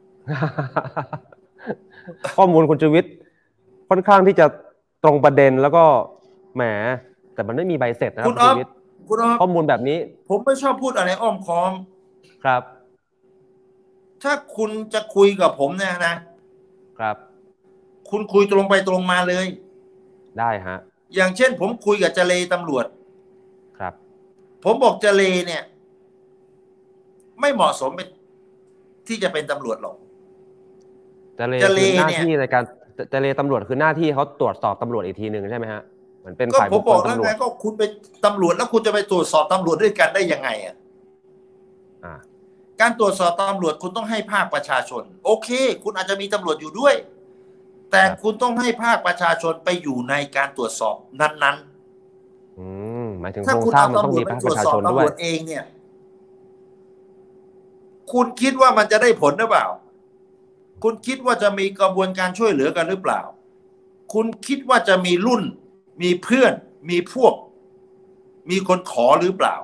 B: ข้อมูลคุณชูวิทย์ค่อนข้างที่จะตรงประเด็นแล้วก็แหมแต่มันไม่มีใบเสร็จนะครับคุณชูวิทย์
C: คุณอ๊อฟ
B: ข้อมูลแบบนี้
C: ผมไม่ชอบพูดอะไรอ้อมค้อม
B: ครับ
C: ถ้าคุณจะคุยกับผมเนี่ยนะครับคุณคุยตรงไปตรงมาเลย
B: ได้ฮะ
C: อย่างเช่นผมคุยกับเจเลตำรวจ
B: ครับ
C: ผมบอกเจเลเนี่ยไม่เหมาะสมเป็นที่จะเป็นตำรวจหรอก
B: เจเลคือหน้าที่ในการเจเลตำรวจคือหน้าที่เขาตรวจสอบตำรวจอีกทีหนึ่งใช่ไหมฮะเหมือนเป็นฝ่ายบุคคลตำรวจ
C: ก็คุณเป็นตำรวจแล้วคุณจะไปตรวจสอบตำรวจด้วยกันได้ยังไงอ่ะการตรวจสอบตำรวจคุณต้องให้ภาคประชาชนโอเคคุณอาจจะมีตำรวจอยู่ด้วยแต่คุณต้องให้ภาคประชาชนไปอยู่ในการตรวจสอบนั้น
B: ๆอืมหมายถึงโครงสร้างมันต้องมีภาคประชาชนด้วย
C: ตำรวจเองเนี่ยคุณคิดว่ามันจะได้ผลหรือเปล่าคุณคิดว่าจะมีกระบวนการช่วยเหลือกันหรือเปล่าคุณคิดว่าจะมีรุ่นมีเพื่อนมีพวกมีคนขอหรือเปล่า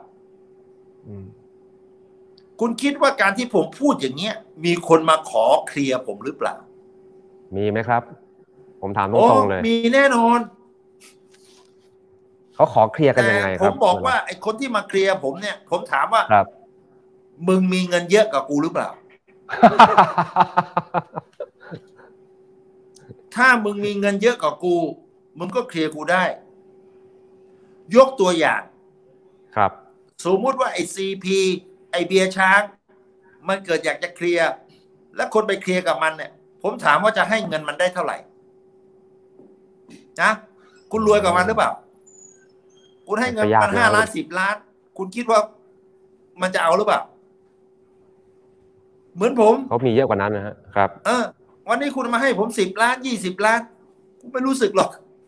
C: คุณคิดว่าการที่ผมพูดอย่างเงี้ยมีคนมาขอเคลียร์ผมหรือเปล่า
B: มีไหมครับผมถามตรงๆเลย
C: มีแน่นอน
B: เขาขอเคลียร์กันยังไงครับ
C: ผมบอกว่าไอ้คนที่มาเคลียร์ผมเนี่ยผมถามว่ามึงมีเงินเยอะกว่ากูหรือเปล่า ถ้ามึงมีเงินเยอะกว่ากูมึงก็เคลียร์กูได้ยกตัวอย่าง
B: ครับ
C: สมมุติว่าไอ้ ซี พี ไอ้เบียร์ช้างมันเกิดอยากจะเคลียร์แล้วคนไปเคลียร์กับมันเนี่ยผมถามว่าจะให้เงินมันได้เท่าไหร่นะคุณรวยกว่ามันหรือเปล่าคุณให้เงินมันห้าล้านสิบล้านคุณคิดว่ามันจะเอาหรือเปล่าเหมือนผม
B: เขามีเยอะกว่านั้นนะฮะครับ
C: เออวันนี้คุณมาให้ผมสิบล้านยี่สิบล้านผมไม่รู้สึกหรอก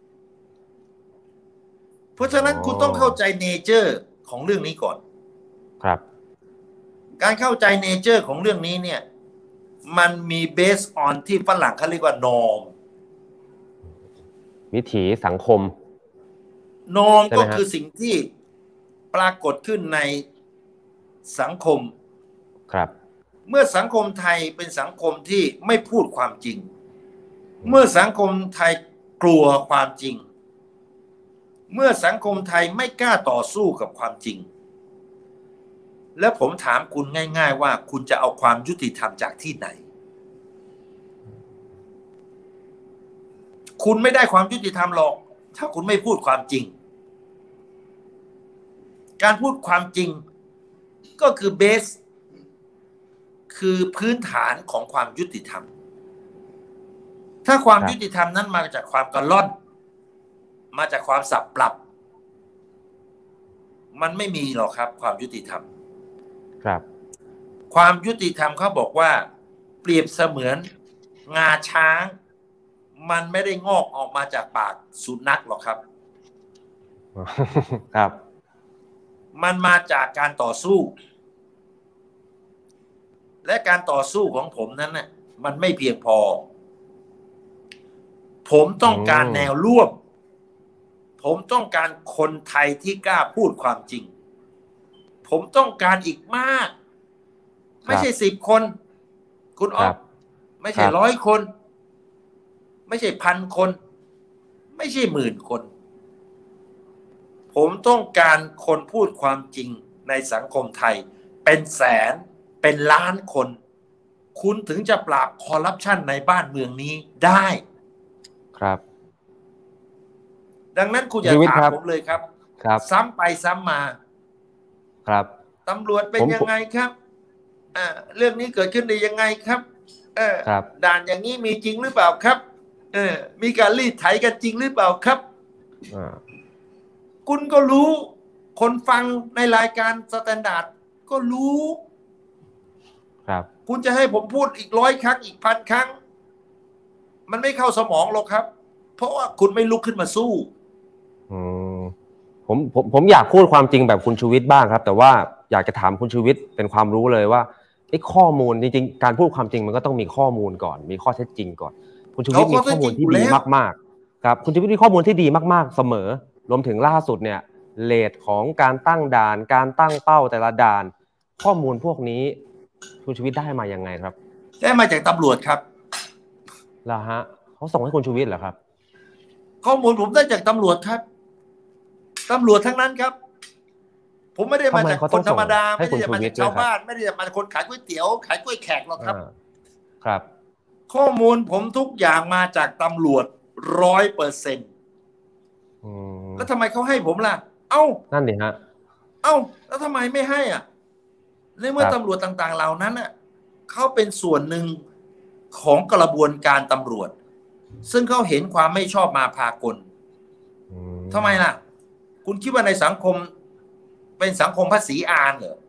C: เพราะฉะนั้นคุณต้องเข้าใจเนเจอร์ของเรื่องนี้ก่อน
B: ครับ
C: การเข้าใจเนเจอร์ของเรื่องนี้เนี่ยมันมีเบสออนที่ฝรั่งเขาเรียกว่านอร์ม
B: วิถีสังคม
C: นอร์มก็คือสิ่งที่ปรากฏขึ้นในสังคม
B: ครับ
C: เมื่อสังคมไทยเป็นสังคมที่ไม่พูดความจริงเมื่อสังคมไทยกลัวความจริงเมื่อสังคมไทยไม่กล้าต่อสู้กับความจริงแล้วผมถามคุณง่ายๆว่าคุณจะเอาความยุติธรรมจากที่ไหนคุณไม่ได้ความยุติธรรมหรอกถ้าคุณไม่พูดความจริงการพูดความจริงก็คือเบสคือพื้นฐานของความยุติธรรมถ้าความยุติธรรมนั้นมาจากความกระล่อนมาจากความสับปรับมันไม่มีหรอกครับความยุติธรรม
B: ครับ
C: ความยุติธรรมเขาบอกว่าเปรียบเสมือนงาช้างมันไม่ได้งอกออกมาจากปากสุนัขหรอกครับ
B: ครับ
C: มันมาจากการต่อสู้และการต่อสู้ของผมนั้นน่ะมันไม่เพียงพอผมต้องการแนวร่วมผมต้องการคนไทยที่กล้าพูดความจริงผมต้องการอีกมากไม่ใช่สิบคนคุณอ๊อฟไม่ใช่ร้อยคนไม่ใช่พันคนไม่ใช่หมื่นคนผมต้องการคนพูดความจริงในสังคมไทยเป็นแสนเป็นล้านคนคุณถึงจะปราบคอร์รัปชันในบ้านเมืองนี้ได้
B: ครับ
C: ดังนั้นคุณอย่าถามผมเลยครับซ้ำไปซ้ำมา
B: ครับ
C: ตำรวจเป็นยังไงครับอ่าเรื่องนี้เกิดขึ้นได้ยังไงครับเออด่านอย่างนี้มีจริงหรือเปล่าครับเออมีการรีดไถกันจริงหรือเปล่าครับคุณก็รู้คนฟังในรายการสแตนดาร์ดก็รู้
B: ครับ
C: คุณจะให้ผมพูดอีกร้อยครั้งอีกพันครั้งมันไม่เข้าสมองหรอกครับเพราะว่าคุณไม่ลุกขึ้นมาสู้
B: อืมผมผมผมอยากพูดความจริงแบบคุณชูวิทย์บ้างครับแต่ว่าอยากจะถามคุณชูวิทย์เป็นความรู้เลยว่าไอ้ข้อมูลจริงๆการพูดความจริงมันก็ต้องมีข้อมูลก่อนมีข้อเท็จจริงก่อนคุณชูวิทย์มีข้อมูลที่ดีมากๆครับคุณชูวิทย์มีข้อมูลที่ดีมากๆเสมอรวมถึงล่าสุดเนี่ยเรทของการตั้งด่านการตั้งเป้าแต่ละด่านข้อมูลพวกนี้คุณชูวิทย์ได้มายังไงครับ
C: ได้มาจากตำรวจครับ
B: เหรอฮะเขาส่งให้คุณชูวิทย์เหรอครับ
C: ข้อมูลผมได้จากตำรวจครับตำรวจทั้งนั้นครับผมไม่ได้มาจากคนธรรมดาไม่ได้มาจากชาวบ้านไม่ได้มาจากคนขายก๋วยเตี๋ยวขายกล้วยแขกหรอกครับ
B: ครับ
C: ข้อมูลผมทุกอย่างมาจากตำรวจร้อยเปอร์เซ็นต์แล้วทำไมเขาให้ผมล่ะเอ้า
B: นั่นดิฮะ
C: เอ้าแล้วทำไมไม่ให้อ่ะในเมื่อตำรวจต่างๆเหล่านั้นอ่ะเขาเป็นส่วนหนึ่งของกระบวนการตำรวจซึ่งเขาเห็นความไม่ชอบมาพากลทำไมล่ะคุณคิดว่าในสังคมเป็นสังคมภาษีอานเหรอ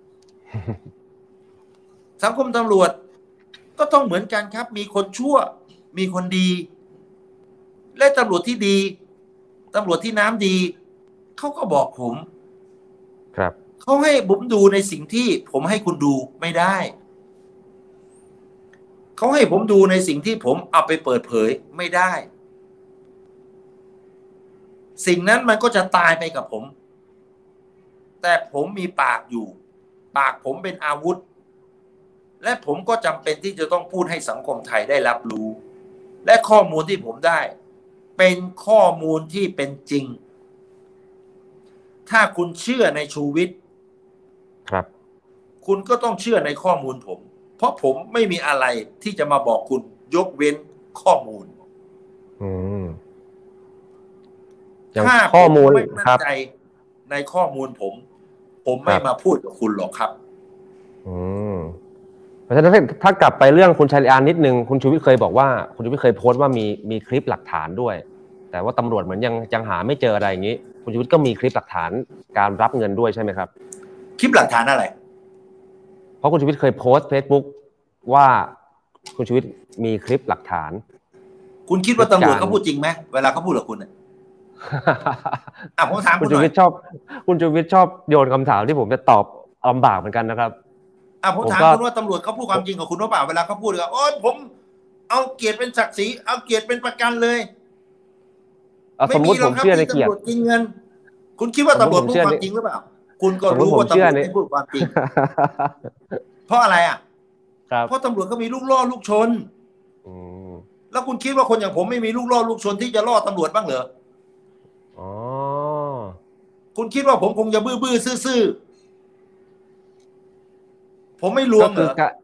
C: สังคมตำรวจก็ต้องเหมือนกันครับมีคนชั่วมีคนดีและตำรวจที่ดีตำรวจที่น้ำดีเขาก็บอกผม
B: ครับ
C: เขาให้ผมดูในสิ่งที่ผมให้คุณดูไม่ได้เขาให้ผมดูในสิ่งที่ผมเอาไปเปิดเผยไม่ได้สิ่งนั้นมันก็จะตายไปกับผมแต่ผมมีปากอยู่ปากผมเป็นอาวุธและผมก็จำเป็นที่จะต้องพูดให้สังคมไทยได้รับรู้และข้อมูลที่ผมได้เป็นข้อมูลที่เป็นจริงถ้าคุณเชื่อในชูวิทย์
B: ครับ
C: คุณก็ต้องเชื่อในข้อมูลผมเพราะผมไม่มีอะไรที่จะมาบอกคุณยกเว้นข้อมูล
B: อืมถ้าข้อมูล
C: ไม่มั่นใจในข้อมูลผมผมไม่มาพูดกับคุณหรอกครับ
B: อืมเพราะฉะนั้นถ้ากลับไปเรื่องคุณชัยยานนิดนึงคุณชูวิทย์เคยบอกว่าคุณชูวิทย์เคยโพสต์ว่ามีมีคลิปหลักฐานด้วยแต่ว่าตำรวจเหมือนยังยังหาไม่เจออะไรอย่างนี้คุณชูวิทย์ก็มีคลิปหลักฐานการรับเงินด้วยใช่ไหมครับ
C: คลิปหลักฐานอะไร
B: เพราะคุณชูวิทย์เคยโพสต์ Facebook ว่าคุณชูวิทย์มีคลิปหลักฐาน
C: คุณคิดว่าตำรวจเขาพูดจริงไหมเวลาเขาพูดกับคุณอ่ะอ่ะผมถามคุณหน่อย
B: คุณชูวิทย์ชอบคุณชูวิทย์ชอบโยนคำถามที่ผมจะตอบลำบากเหมือนกันนะครับ
C: อ่ะผมถามคุณว่าตำรวจเขาพูดความจริงกับคุณหรือเปล่าเวลาเขาพูดกับโอ้ยผมเอาเกียรติเป็นศักดิ์ศรีเอาเกียรติเป็นประกันเลย
B: สมมติผมเชื่อในเกียรติ
C: กินเงินคุณคิดว่าตำรวจพูดความจริงหรือเปล่าคุณก็รู้ว่าตำรวจไม่พูดความจริงเพราะอะไรอ่ะเพราะตำรวจเขามีลูกล่อลูกชนแล้วคุณคิดว่าคนอย่างผมไม่มีลูกล่อลูกชนที่จะล่อตำรวจบ้างเหรอ
B: อ๋อ
C: คุณคิดว่าผมคงจะบื้อๆซื่อๆผมไม่ลวงเหรอ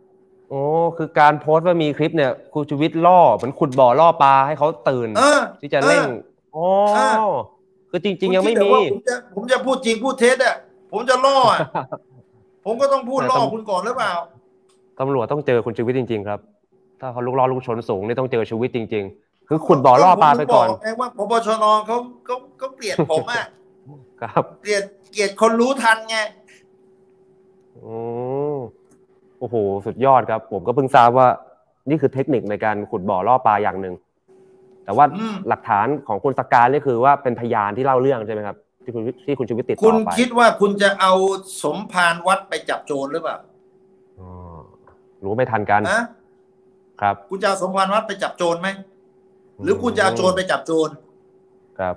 B: โอ้คือการโพสต์ว่ามีคลิปเนี่ยคุณชูวิทย์ล่อเหมือนขุดบ่อล่อปลาให้เขาตื่นที่จะเร่งอ๋อคือจริงๆยังไม่มี
C: ผมจะผมจะพูดจริงพูดเท็จอ่ะผมจะล่ออ่ะผมก็ต้องพูดล่อคุณก่อนหรือเปล่า
B: ตำรวจต้องเจอคุณชูวิทย์จริงๆครับถ้าเขาลุกล้อลุกชนสูงนี่ต้องเจอชูวิทย์จริงๆคือขุดบ่อล่อปลาไปก่อน
C: ไงว่าพบชนเขาเขาเขาเกลียดผมอ่ะ
B: ครับ
C: เกลียดเกลียดคนรู้ทันไง
B: โอ้โอ้โหสุดยอดครับผมก็เพิ่งทราบว่านี่คือเทคนิคในการขุดบ่อล่อปลาอย่างหนึ่งแต่ว่าหลักฐานของคุณสกานี่คือว่าเป็นพยานที่เล่าเรื่องใช่ไหมครับที่คุณที่คุณชูวิทย์ติดต่อไป
C: คุณคิดว่าคุณจะเอาสมภารวัดไปจับโจรหรือเปล่า
B: อ๋อรู้ไม่ทันกัน
C: นะครับคุณจะเอาสมภารวัดไปจับโจรไหมหรือคุณจะเอาโจรไปจับโจร
B: ครับ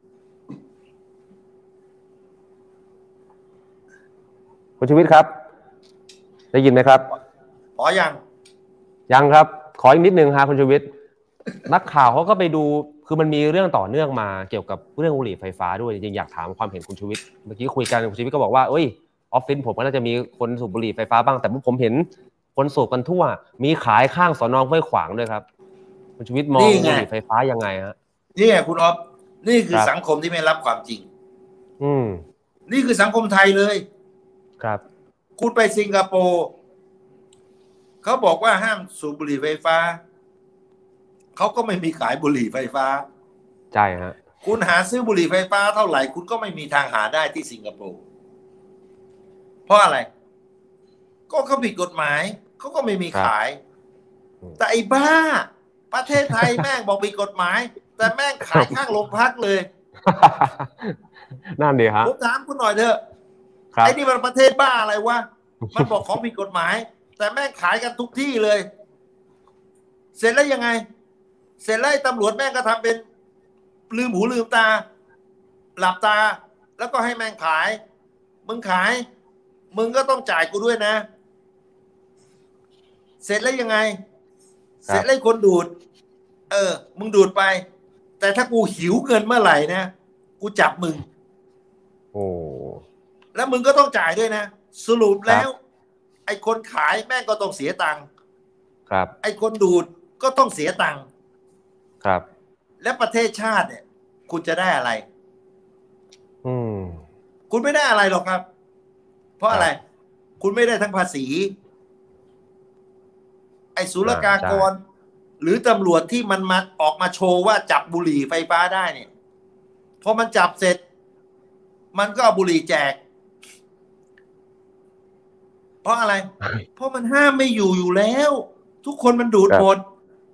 B: คุณชูวิทย์ครับได้ยินไหมครับ
C: ขอยัง
B: ยังครับขออีกนิดนึงฮะคุณชูวิทย์นักข่าวเขาก็ไปดูคือมันมีเรื่องต่อเนื่องมาเกี่ยวกับเรื่องบุหรี่ไฟฟ้าด้วยจริงๆอยากถามความเห็นคุณชูวิทย์เมื่อกี้คุยกันคุณชูวิทย์ก็บอกว่าเอ้ยออฟฟิศผมก็น่าจะมีคนสูบบุหรี่ไฟฟ้าบ้างแต่ผมเห็นคนสูบกันทั่วมีขายข้างสน.ห้วยขวางด้วยครับคุณชูวิทย์มองบุหรี่ไฟฟ้ายังไงฮะ
C: นี่ไงคุณออฟนี่คือสังคมที่ไม่รับความจริง
B: อืม
C: นี่คือสังคมไทยเลย
B: ครับ
C: คุณไปสิงคโปร์เขาบอกว่าห้ามสูบบุหรี่ไฟฟ้าเขาก็ไม่มีขายบุหรี่ไฟฟ้า
B: ใช่ฮะ
C: คุณหาซื้อบุหรี่ไฟฟ้าเท่าไหร่คุณก็ไม่มีทางหาได้ที่สิงคโปร์เพราะอะไรก็เขาผิดกฎหมายเขาก็ไม่มีขายแต่ไอ้บ้าประเทศไทยแม่งบอกผิดกฎหมายแต่แม่งขายข้างโรงพักเลย
B: นั่นดีฮะ
C: ผมถามคุณหน่อยเถอะไอ้นี่มันประเทศบ้าอะไรวะมันบอกของผิดกฎหมายแต่แม่งขายกันทุกที่เลยเสร็จแล้วยังไงเสร็จแล้วตำรวจแม่งก็ทำเป็นลืมหูลืมตาหลับตาแล้วก็ให้แม่งขายมึงขายมึงก็ต้องจ่ายกูด้วยนะเสร็จแล้วยังไงเสร็จแล้วคนดูดเออมึงดูดไปแต่ถ้ากูหิวเงินเมื่อไหร่นะกูจับมึง
B: โอ้
C: แล้วมึงก็ต้องจ่ายด้วยนะสรุปแล้วไอ้คนขายแม่งก็ต้องเสียตังค์
B: ครับ
C: ไอ้คนดูดก็ต้องเสียตังค์
B: ครับ
C: และประเทศชาติเนี่ยคุณจะได้อะไร
B: อืม
C: คุณไม่ได้อะไรหรอกครับเพราะอะไรคุณไม่ได้ทั้งภาษีไอ้ศุลกากรหรือตำรวจที่มันมาออกมาโชว์ว่าจับบุหรี่ไฟฟ้าได้เนี่ยพอมันจับเสร็จมันก็เอาบุหรี่แจกเพราะอะไรเพราะมันห้ามไม่อยู่อยู่แล้วทุกคนมันดูดหมด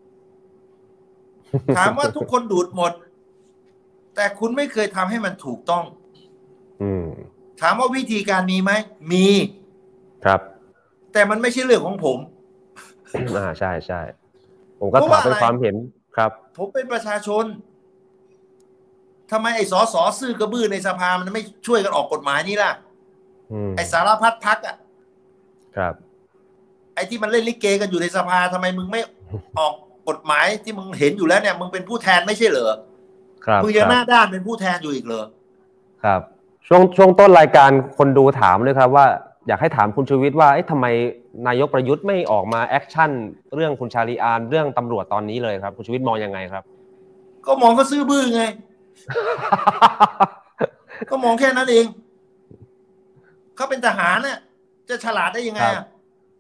C: ถามว่าทุกคนดูดหมดแต่คุณไม่เคยทำให้มันถูกต้องถามว่าวิธีการมีไหมมี
B: ครับ
C: แต่มันไม่ใช่เรื่องของผม
B: อ่าใช่ใช่ผมก็ถามเป็นความเห็นครับ
C: ผมเป็นประชาชนทำไมไอ้สอสอซื่อกระบื้อในสภามันไม่ช่วยกันออกกฎหมายนี้ล่ะไอ้สารพัดพรรคอ่ะ
B: ครับ
C: ไอ้ที่มันเล่นลิเกกันอยู่ในสภาทำไมมึงไม่ออกกฎหมายที่มึงเห็นอยู่แล้วเนี่ยมึงเป็นผู้แทนไม่ใช่เหรอ
B: ครับ
C: มึงยังหน้าด้านเป็นผู้แทนอยู่อีกเหรอ
B: ครับช่วงช่วงต้นรายการคนดูถามเลยครับว่าอยากให้ถามคุณชูวิทย์ว่าเอ๊ะทำไมนายกประยุทธ์ไม่ออกมาแอคชั่นเรื่องคุณชาลีอานเรื่องตำรวจตอนนี้เลยครับคุณชูวิทย์มองยังไงครับ
C: ก็มองเขาซื่อบื้อไง ก็มองแค่นั้นเองเขาเป็นทหารน่ะจะฉลาดได้ยังไงอ่ะ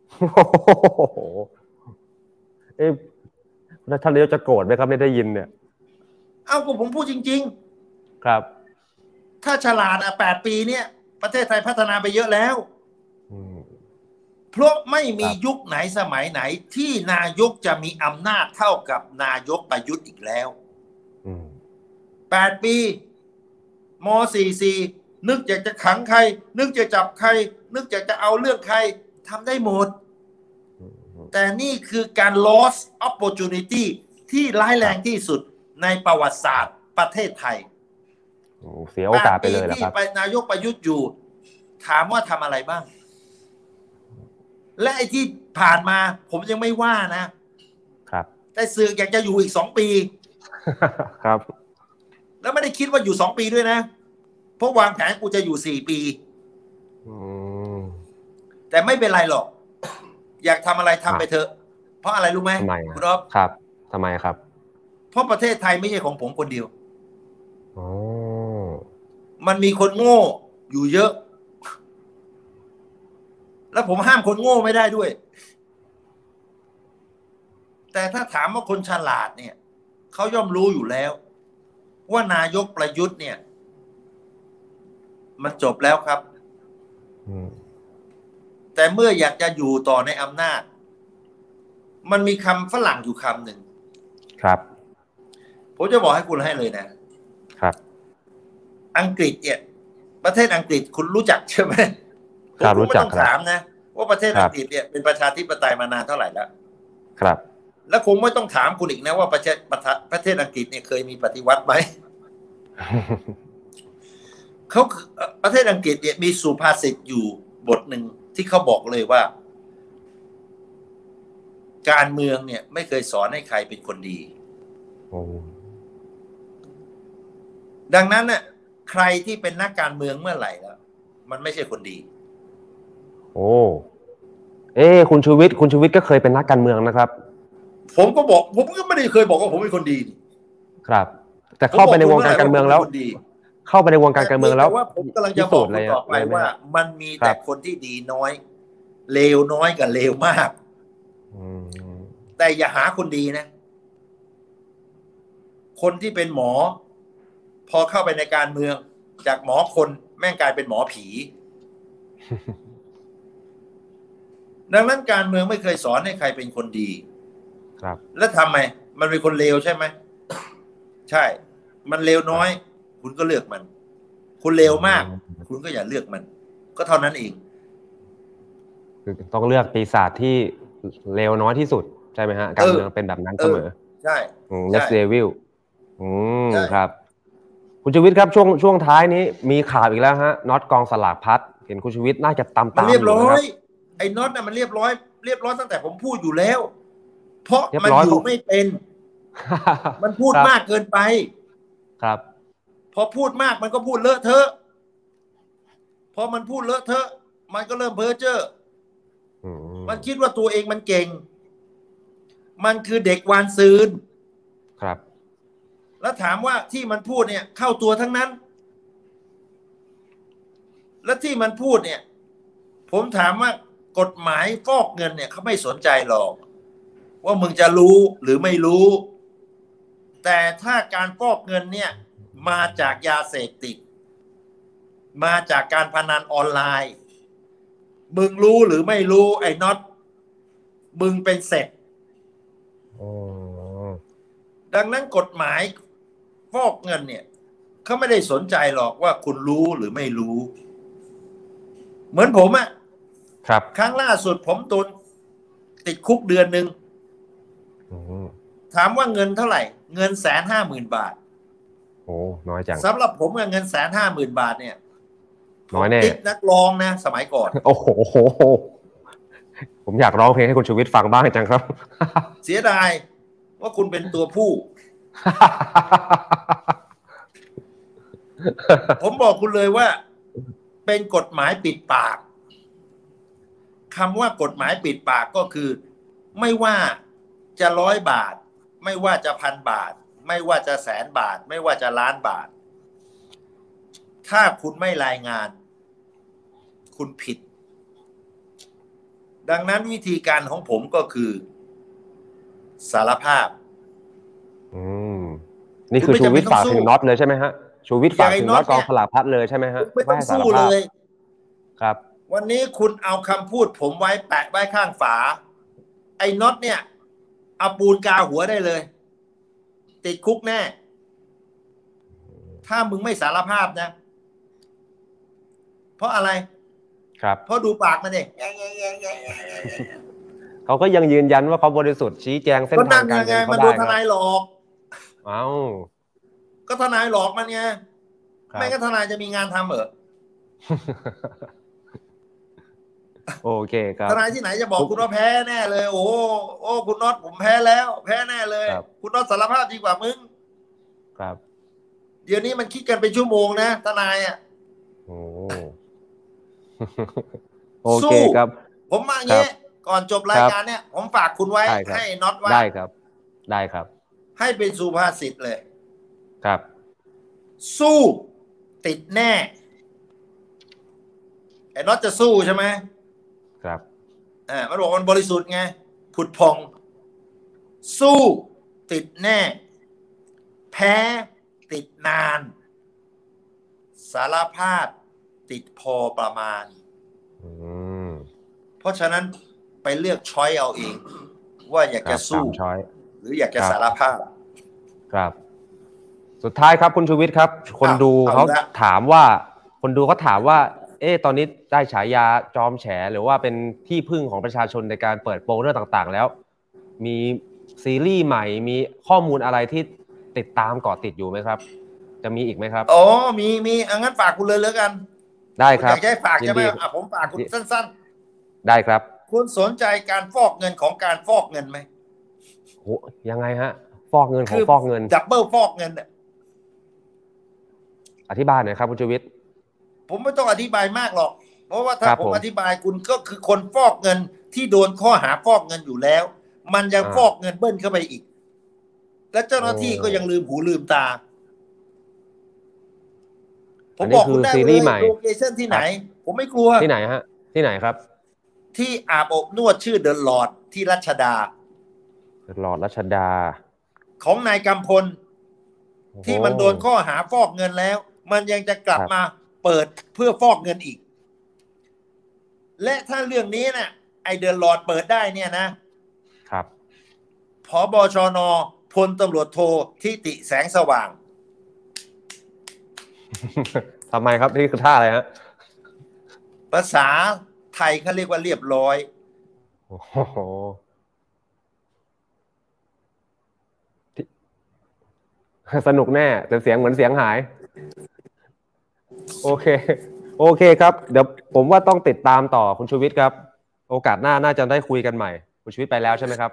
B: เอ๊ะท่านนายกจะโกรธไหมครับไม่ได้ยินเนี่ย
C: เอ้าก็ผมพูดจริง
B: ๆครับ
C: ถ้าฉลาดอ่ะแปดปีเนี่ยประเทศไทยพัฒนาไปเยอะแล้วเพราะไม่มียุคไหนสมัยไหนที่นายกจะมีอำนาจเท่ากับนายกประยุทธ์อีกแล้วแปดปีม.สี่สิบสี่นึกอยากจะขังใครนึกจะจับใครนึกอยากจะเอาเรื่องใครทำได้หมดแต่นี่คือการ loss opportunity ที่ร้ายแรงที่สุดในประวัติศาสตร์ประเทศไทย
B: เสียโอกาสไปเลยนะครับ
C: ที่ไปนายกประยุทธ์อยู่ถามว่าทำอะไรบ้างและไอ้ที่ผ่านมาผมยังไม่ว่านะครับแต่สื่ออยากจะอยู่อีกสองปี
B: ครับ
C: แล้วไม่ได้คิดว่าอยู่สองปีด้วยนะเพราะวางแผนกูจะอยู่สี่ปีแต่ไม่เป็นไรหรอกอยากทำอะไรทำไปเถอะเพราะอะไรรู้ไหมคุณอ๊อฟ
B: ครับทำไมครับ
C: เพราะประเทศไทยไม่ใช่ของผมคนเดียว
B: อ๋อ
C: มันมีคนโง่อยู่เยอะแล้วผมห้ามคนโง่ไม่ได้ด้วยแต่ถ้าถามว่าคนฉลาดเนี่ยเขาย่อมรู้อยู่แล้วว่านายกประยุทธ์เนี่ยมันจบแล้วครับแต่เมื่ออยากจะอยู่ต่อในอำนาจมันมีคำฝรั่งอยู่คำหนึ่ง
B: ครับ
C: ผมจะบอกให้คุณให้เลยนะครับอังกฤษเนี่ยประเทศอังกฤษคุณรู้จักใช่ไหม
B: ครับรู้จัก
C: ไม่ต้องถามนะว่าประเทศอังกฤษเนี่ยเป็นประชาธิปไตยมานานเท่าไหร่แล้ว
B: ครับ
C: แล้วคงไม่ต้องถามคุณอีกนะว่าประเทศประเทศอังกฤษเนี่ยเคยมีปฏิวัติไหม เขาประเทศอังกฤษเนี่ยมีสุภาษิตอยู่บทหนึ่งที่เขาบอกเลยว่าการเมืองเนี่ยไม่เคยสอนให้ใครเป็นคนดีดังนั้นน่ะใครที่เป็นนักการเมืองเมื่อไหร่แล้วมันไม่ใช่คนดี
B: โอ้เอ้คุณชูวิทย์คุณชูวิทย์ก็เคยเป็นนักการเมืองนะครับ
C: ผมก็บอกผมก็ไม่ได้เคยบอกว่าผมเป็นคนดี
B: ครับแต่เข้าไปในวงการการเมืองแล้วเข้าไปในวงการการเมืองแล้ว
C: ว่าผมกำลังจะบอกคุณต่อไปว่ามันมีแต่คนที่ดีน้อยเลวน้อยกับเลวมากแต่อย่าหาคนดีนะคนที่เป็นหมอพอเข้าไปในการเมืองจากหมอคนแม่งกลายเป็นหมอผี ดังนั้นการเมืองไม่เคยสอนให้ใครเป็นคนดี
B: ครับ
C: แล้วทำไมมันเป็นคนเลวใช่ไหมใช่มันเลวน้อยคุณก็เลือกมันคุณเลวมากคุณก็อย่าเลือกมันก็เท่านั้นเอง
B: คือต้องเลือกปีศาจที่เลวน้อยที่สุดใช่ไหมฮะการเมืองเป็นแบบนั้นเสมอ
C: ใช่
B: เลสเดวิลอืมครับคุณชูวิทย์ครับช่วงช่วงท้ายนี้มีข่าวอีกแล้วฮะน็อตกองสลากพัดเห็นคุณชูวิทย์น่าจะตามตาม
C: เรียบร้อยไอ้น็อตน่ะมันเรียบร้อยเรียบร้อยตั้งแต่ผมพูดอยู่แล้วเพราะมันอยู่ไม่เป็นมันพูดมากเกินไป
B: ครับ
C: พอพูดมากมันก็พูดเลอะเทอะพอมันพูดเลอะเทอะมันก็เริ่มเพ้อเจ้อมันคิดว่าตัวเองมันเก่งมันคือเด็กวานซืน
B: ครับ
C: แล้วถามว่าที่มันพูดเนี่ยเข้าตัวทั้งนั้นและที่มันพูดเนี่ยผมถามว่ากฎหมายฟอกเงินเนี่ยเขาไม่สนใจหรอกว่ามึงจะรู้หรือไม่รู้แต่ถ้าการฟอกเงินเนี่ยมาจากยาเสพติดมาจากการพนันออนไลน์มึงรู้หรือไม่รู้ไอ้น็อตมึงเป็นเสร็จดังนั้นกฎหมายฟอกเงินเนี่ยเขาไม่ได้สนใจหรอกว่าคุณรู้หรือไม่รู้เหมือนผมอะ
B: ครับ
C: ครั้งล่าสุดผมโดนติดคุกเดือนหนึ่งถามว่าเงินเท่าไหร่เงินแสนห้าหมื่นบาท
B: โอ้น้อยจัง
C: สำหรับผมเงินแสนห้าหมื่นบาทเนี่ย
B: น้อยแน่
C: ติดนักร้องนะสมัยก่อน
B: โอ้โหผมอยากร้องเพลงให้คุณชูวิทย์ฟังบ้างจังครับ
C: เสียดายว่าคุณเป็นตัวผู้ ผมบอกคุณเลยว่าเป็นกฎหมายปิดปากคำว่ากฎหมายปิดปากก็คือไม่ว่าจะร้อยบาทไม่ว่าจะพันบาทไม่ว่าจะแสนบาทไม่ว่าจะล้านบาทถ้าคุณไม่รายงานคุณผิดดังนั้นวิธีการของผมก็คือสารภาพ
B: อืมนี่คือชูวิทย์ฝากถึงน็อตเลยใช่ไหมฮะชูวิทย์ฝากถึงน็อตกองสลากพัดเลยใช่ไหมฮะ
C: ไม่ต้องสู้เลย
B: ครับ
C: วันนี้คุณเอาคำพูดผมไว้แปะไว้ข้างฝาไอ้น็อตเนี่ยเอาปูนกาหัวได้เลยติดคุกแน่ถ้ามึงไม่สารภาพนะเพราะอะไร
B: ครับ
C: เพราะดูปากมันเอง
B: เขาก็ยังยืนยันว่าเขาบริสุทธิ์ชี้แจงเส้นทางการเงินเขาได้
C: มันโดนทนายหลอก
B: เอ้า
C: ก็ทนายหลอกมันไงไม่งั้นทนายจะมีงานทำเหรอ
B: โอเคครับ
C: ทนายที่ไหนจะบอกคุณว่าแพ้แน่เลยโอ้โอ้คุณน็อตผมแพ้แล้วแพ้แน่เลยคุณน็อตสารภาพดีกว่ามึง
B: ครับ
C: เดี๋ยวนี้มันคิดกันเป็นชั่วโมงนะทนายอ่ะ
B: โอ้โอเคครับ
C: ผมมาอย่างเงี้ยก่อนจบรายการเนี่ยผมฝากคุณไว้ให้น็อตว่า
B: ได้ครับได้ครับ
C: ให้เป็นสุภาษิตเลย
B: ครับ
C: สู้ติดแน่ไอ้น็อตจะสู้ใช่ไหม
B: ครับ
C: อ่ามันบอกมันบริสุทธิ์ไงผุดพองสู้ติดแน่แพ้ติดนานสารภาพติดพอประมาณเพราะฉะนั้นไปเลือกช้อยเอาเองว่าอยากจะสู้หรืออยากจะสารภาพ
B: ครับสุดท้ายครับคุณชูวิทย์ครับคนดูเขาถามว่าคนดูเขาถามว่าเอ๊ะตอนนี้ได้ฉายาจอมแฉหรือว่าเป็นที่พึ่งของประชาชนในการเปิดโปงเรื่องต่างๆแล้วมีซีรีส์ใหม่มีข้อมูลอะไรที่ติดตามเกาะติดอยู่ไหมครับจะมีอีกไหมครับ
C: อ๋อมีมีงั้นฝากคุณเลยแล้วกัน
B: ได้ครับ
C: อยากให้ฝากใช่ไหมอ่ะผมฝากคุณสั้น
B: ๆได้ครับ
C: คุณสนใจการฟอกเงินของการฟอกเงินไหม
B: โหยังไงฮะฟอกเงินของฟอกเงิน
C: ดับเบิลฟอกเงินเนี่ย
B: อธิบายหน่อยครับคุณชูวิทย์
C: ผมไม่ต้องอธิบายมากหรอกเพราะว่าถ้าผมอธิบายคุณก็คือคนฟอกเงินที่โดนข้อหาฟอกเงินอยู่แล้วมันยังฟอกเงินเบิ้ลเข้าไปอีกและเจ้าหน้าที่ก็ยังลืมหูลืมตาผมบอกคุณได้เลยโลเคชั่นที่ไหนผมไม่กลัว
B: ที่ไหนฮะที่ไหนครับ
C: ที่อาบอบนวดชื่อเดอะลอร์ดที่รัชดา
B: เดอะลอร์ดรัชดา
C: ของนายกำพลที่มันโดนข้อหาฟอกเงินแล้วมันยังจะกลับมาเปิดเพื่อฟอกเงินอีกและถ้าเรื่องนี้นะไอเดอะลอร์ดเปิดได้เนี่ยนะครับผบชน.พลตำรวจโททิติแสงสว่าง
B: ทำไมครับนี่คือท่าอะไรฮะ
C: ภาษาไทยเขาเรียกว่าเรียบร้อย
B: โอ้โหสนุกแน่แต่เสียงเหมือนเสียงหายโอเคโอเคครับเดี๋ยวผมว่าต้องติดตามต่อคุณชูวิทย์ครับโอกาสหน้าน่าจะได้คุยกันใหม่คุณชูวิทย์ไปแล้วใช่ไหมครับ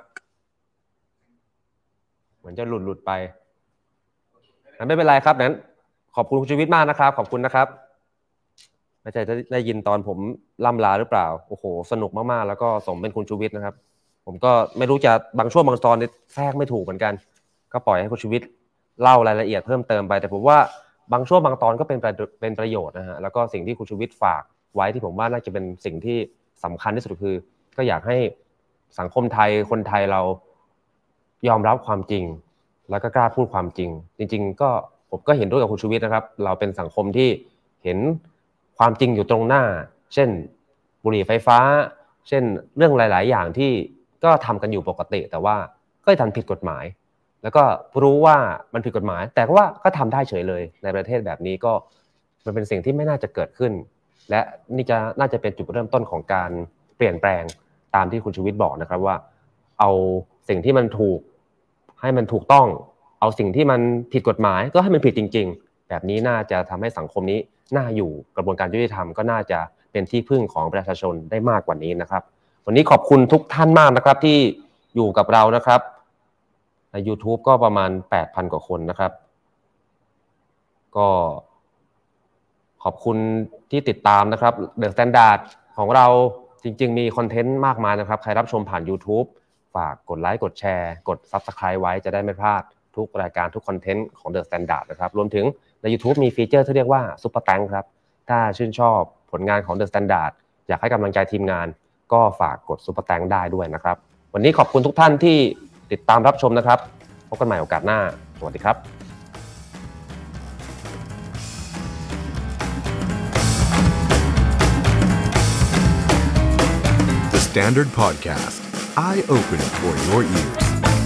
B: เหมือนจะหลุดหลุดไปงั้นไม่เป็นไรครับงั้นขอบคุณคุณชูวิทย์มากนะครับขอบคุณนะครับไม่ใช่จะได้ยินตอนผมล่ำลาหรือเปล่าโอ้โหสนุกมากๆแล้วก็สมเป็นคุณชูวิทย์นะครับผมก็ไม่รู้จะบางช่วงบางตอนแทรกไม่ถูกเหมือนกันก็ปล่อยให้คุณชูวิทย์เล่ารายละเอียดเพิ่มเติมไปแต่ผมว่าบางช่วงบางตอนก็เป็นเป็นประโยชน์นะฮะแล้วก็สิ่งที่คุณชูวิทย์ฝากไว้ที่ผมว่าน่าจะเป็นสิ่งที่สำคัญที่สุดคือก็อยากให้สังคมไทยคนไทยเรายอมรับความจริงแล้วก็กล้าพูดความจริงจริงๆก็ผมก็เห็นด้วยกับคุณชูวิทย์นะครับเราเป็นสังคมที่เห็นความจริงอยู่ตรงหน้าเช่นบุหรี่ไฟฟ้าเช่นเรื่องหลายๆอย่างที่ก็ทำกันอยู่ปกติแต่ว่าก็ทำผิดกฎหมายแล้วก็รู้ว่ามันผิดกฎหมายแต่ว่าก็ทำได้เฉยเลยในประเทศแบบนี้ก็มันเป็นสิ่งที่ไม่น่าจะเกิดขึ้นและนี่จะน่าจะเป็นจุดเริ่มต้นของการเปลี่ยนแปลงตามที่คุณชูวิทย์บอกนะครับว่าเอาสิ่งที่มันถูกให้มันถูกต้องเอาสิ่งที่มันผิดกฎหมายก็ให้มันผิดจริงๆแบบนี้น่าจะทำให้สังคมนี้น่าอยู่กระบวนการยุติธรรมก็น่าจะเป็นที่พึ่งของประชาชนได้มากกว่านี้นะครับวันนี้ขอบคุณทุกท่านมากนะครับที่อยู่กับเรานะครับใน YouTube ก็ประมาณ แปดพัน กว่าคนนะครับก็ขอบคุณที่ติดตามนะครับ The Standard ของเราจริงๆมีคอนเทนต์มากมายนะครับใครรับชมผ่าน YouTube ฝากกดไลค์กดแชร์กด Subscribe ไว้จะได้ไม่พลาดทุกรายการทุกคอนเทนต์ของ The Standard นะครับรวมถึงใน YouTube มีฟีเจอร์ที่เรียกว่า Super Thank ครับถ้าชื่นชอบผลงานของ The Standard อยากให้กำลังใจทีมงานก็ฝากกด Super Thank ได้ด้วยนะครับวันนี้ขอบคุณทุกท่านที่ติดตามรับชมนะครับพบกันใหม่โอกาสหน้าสวัสดีครับ
A: The Standard Podcast Eye Open for Your Ears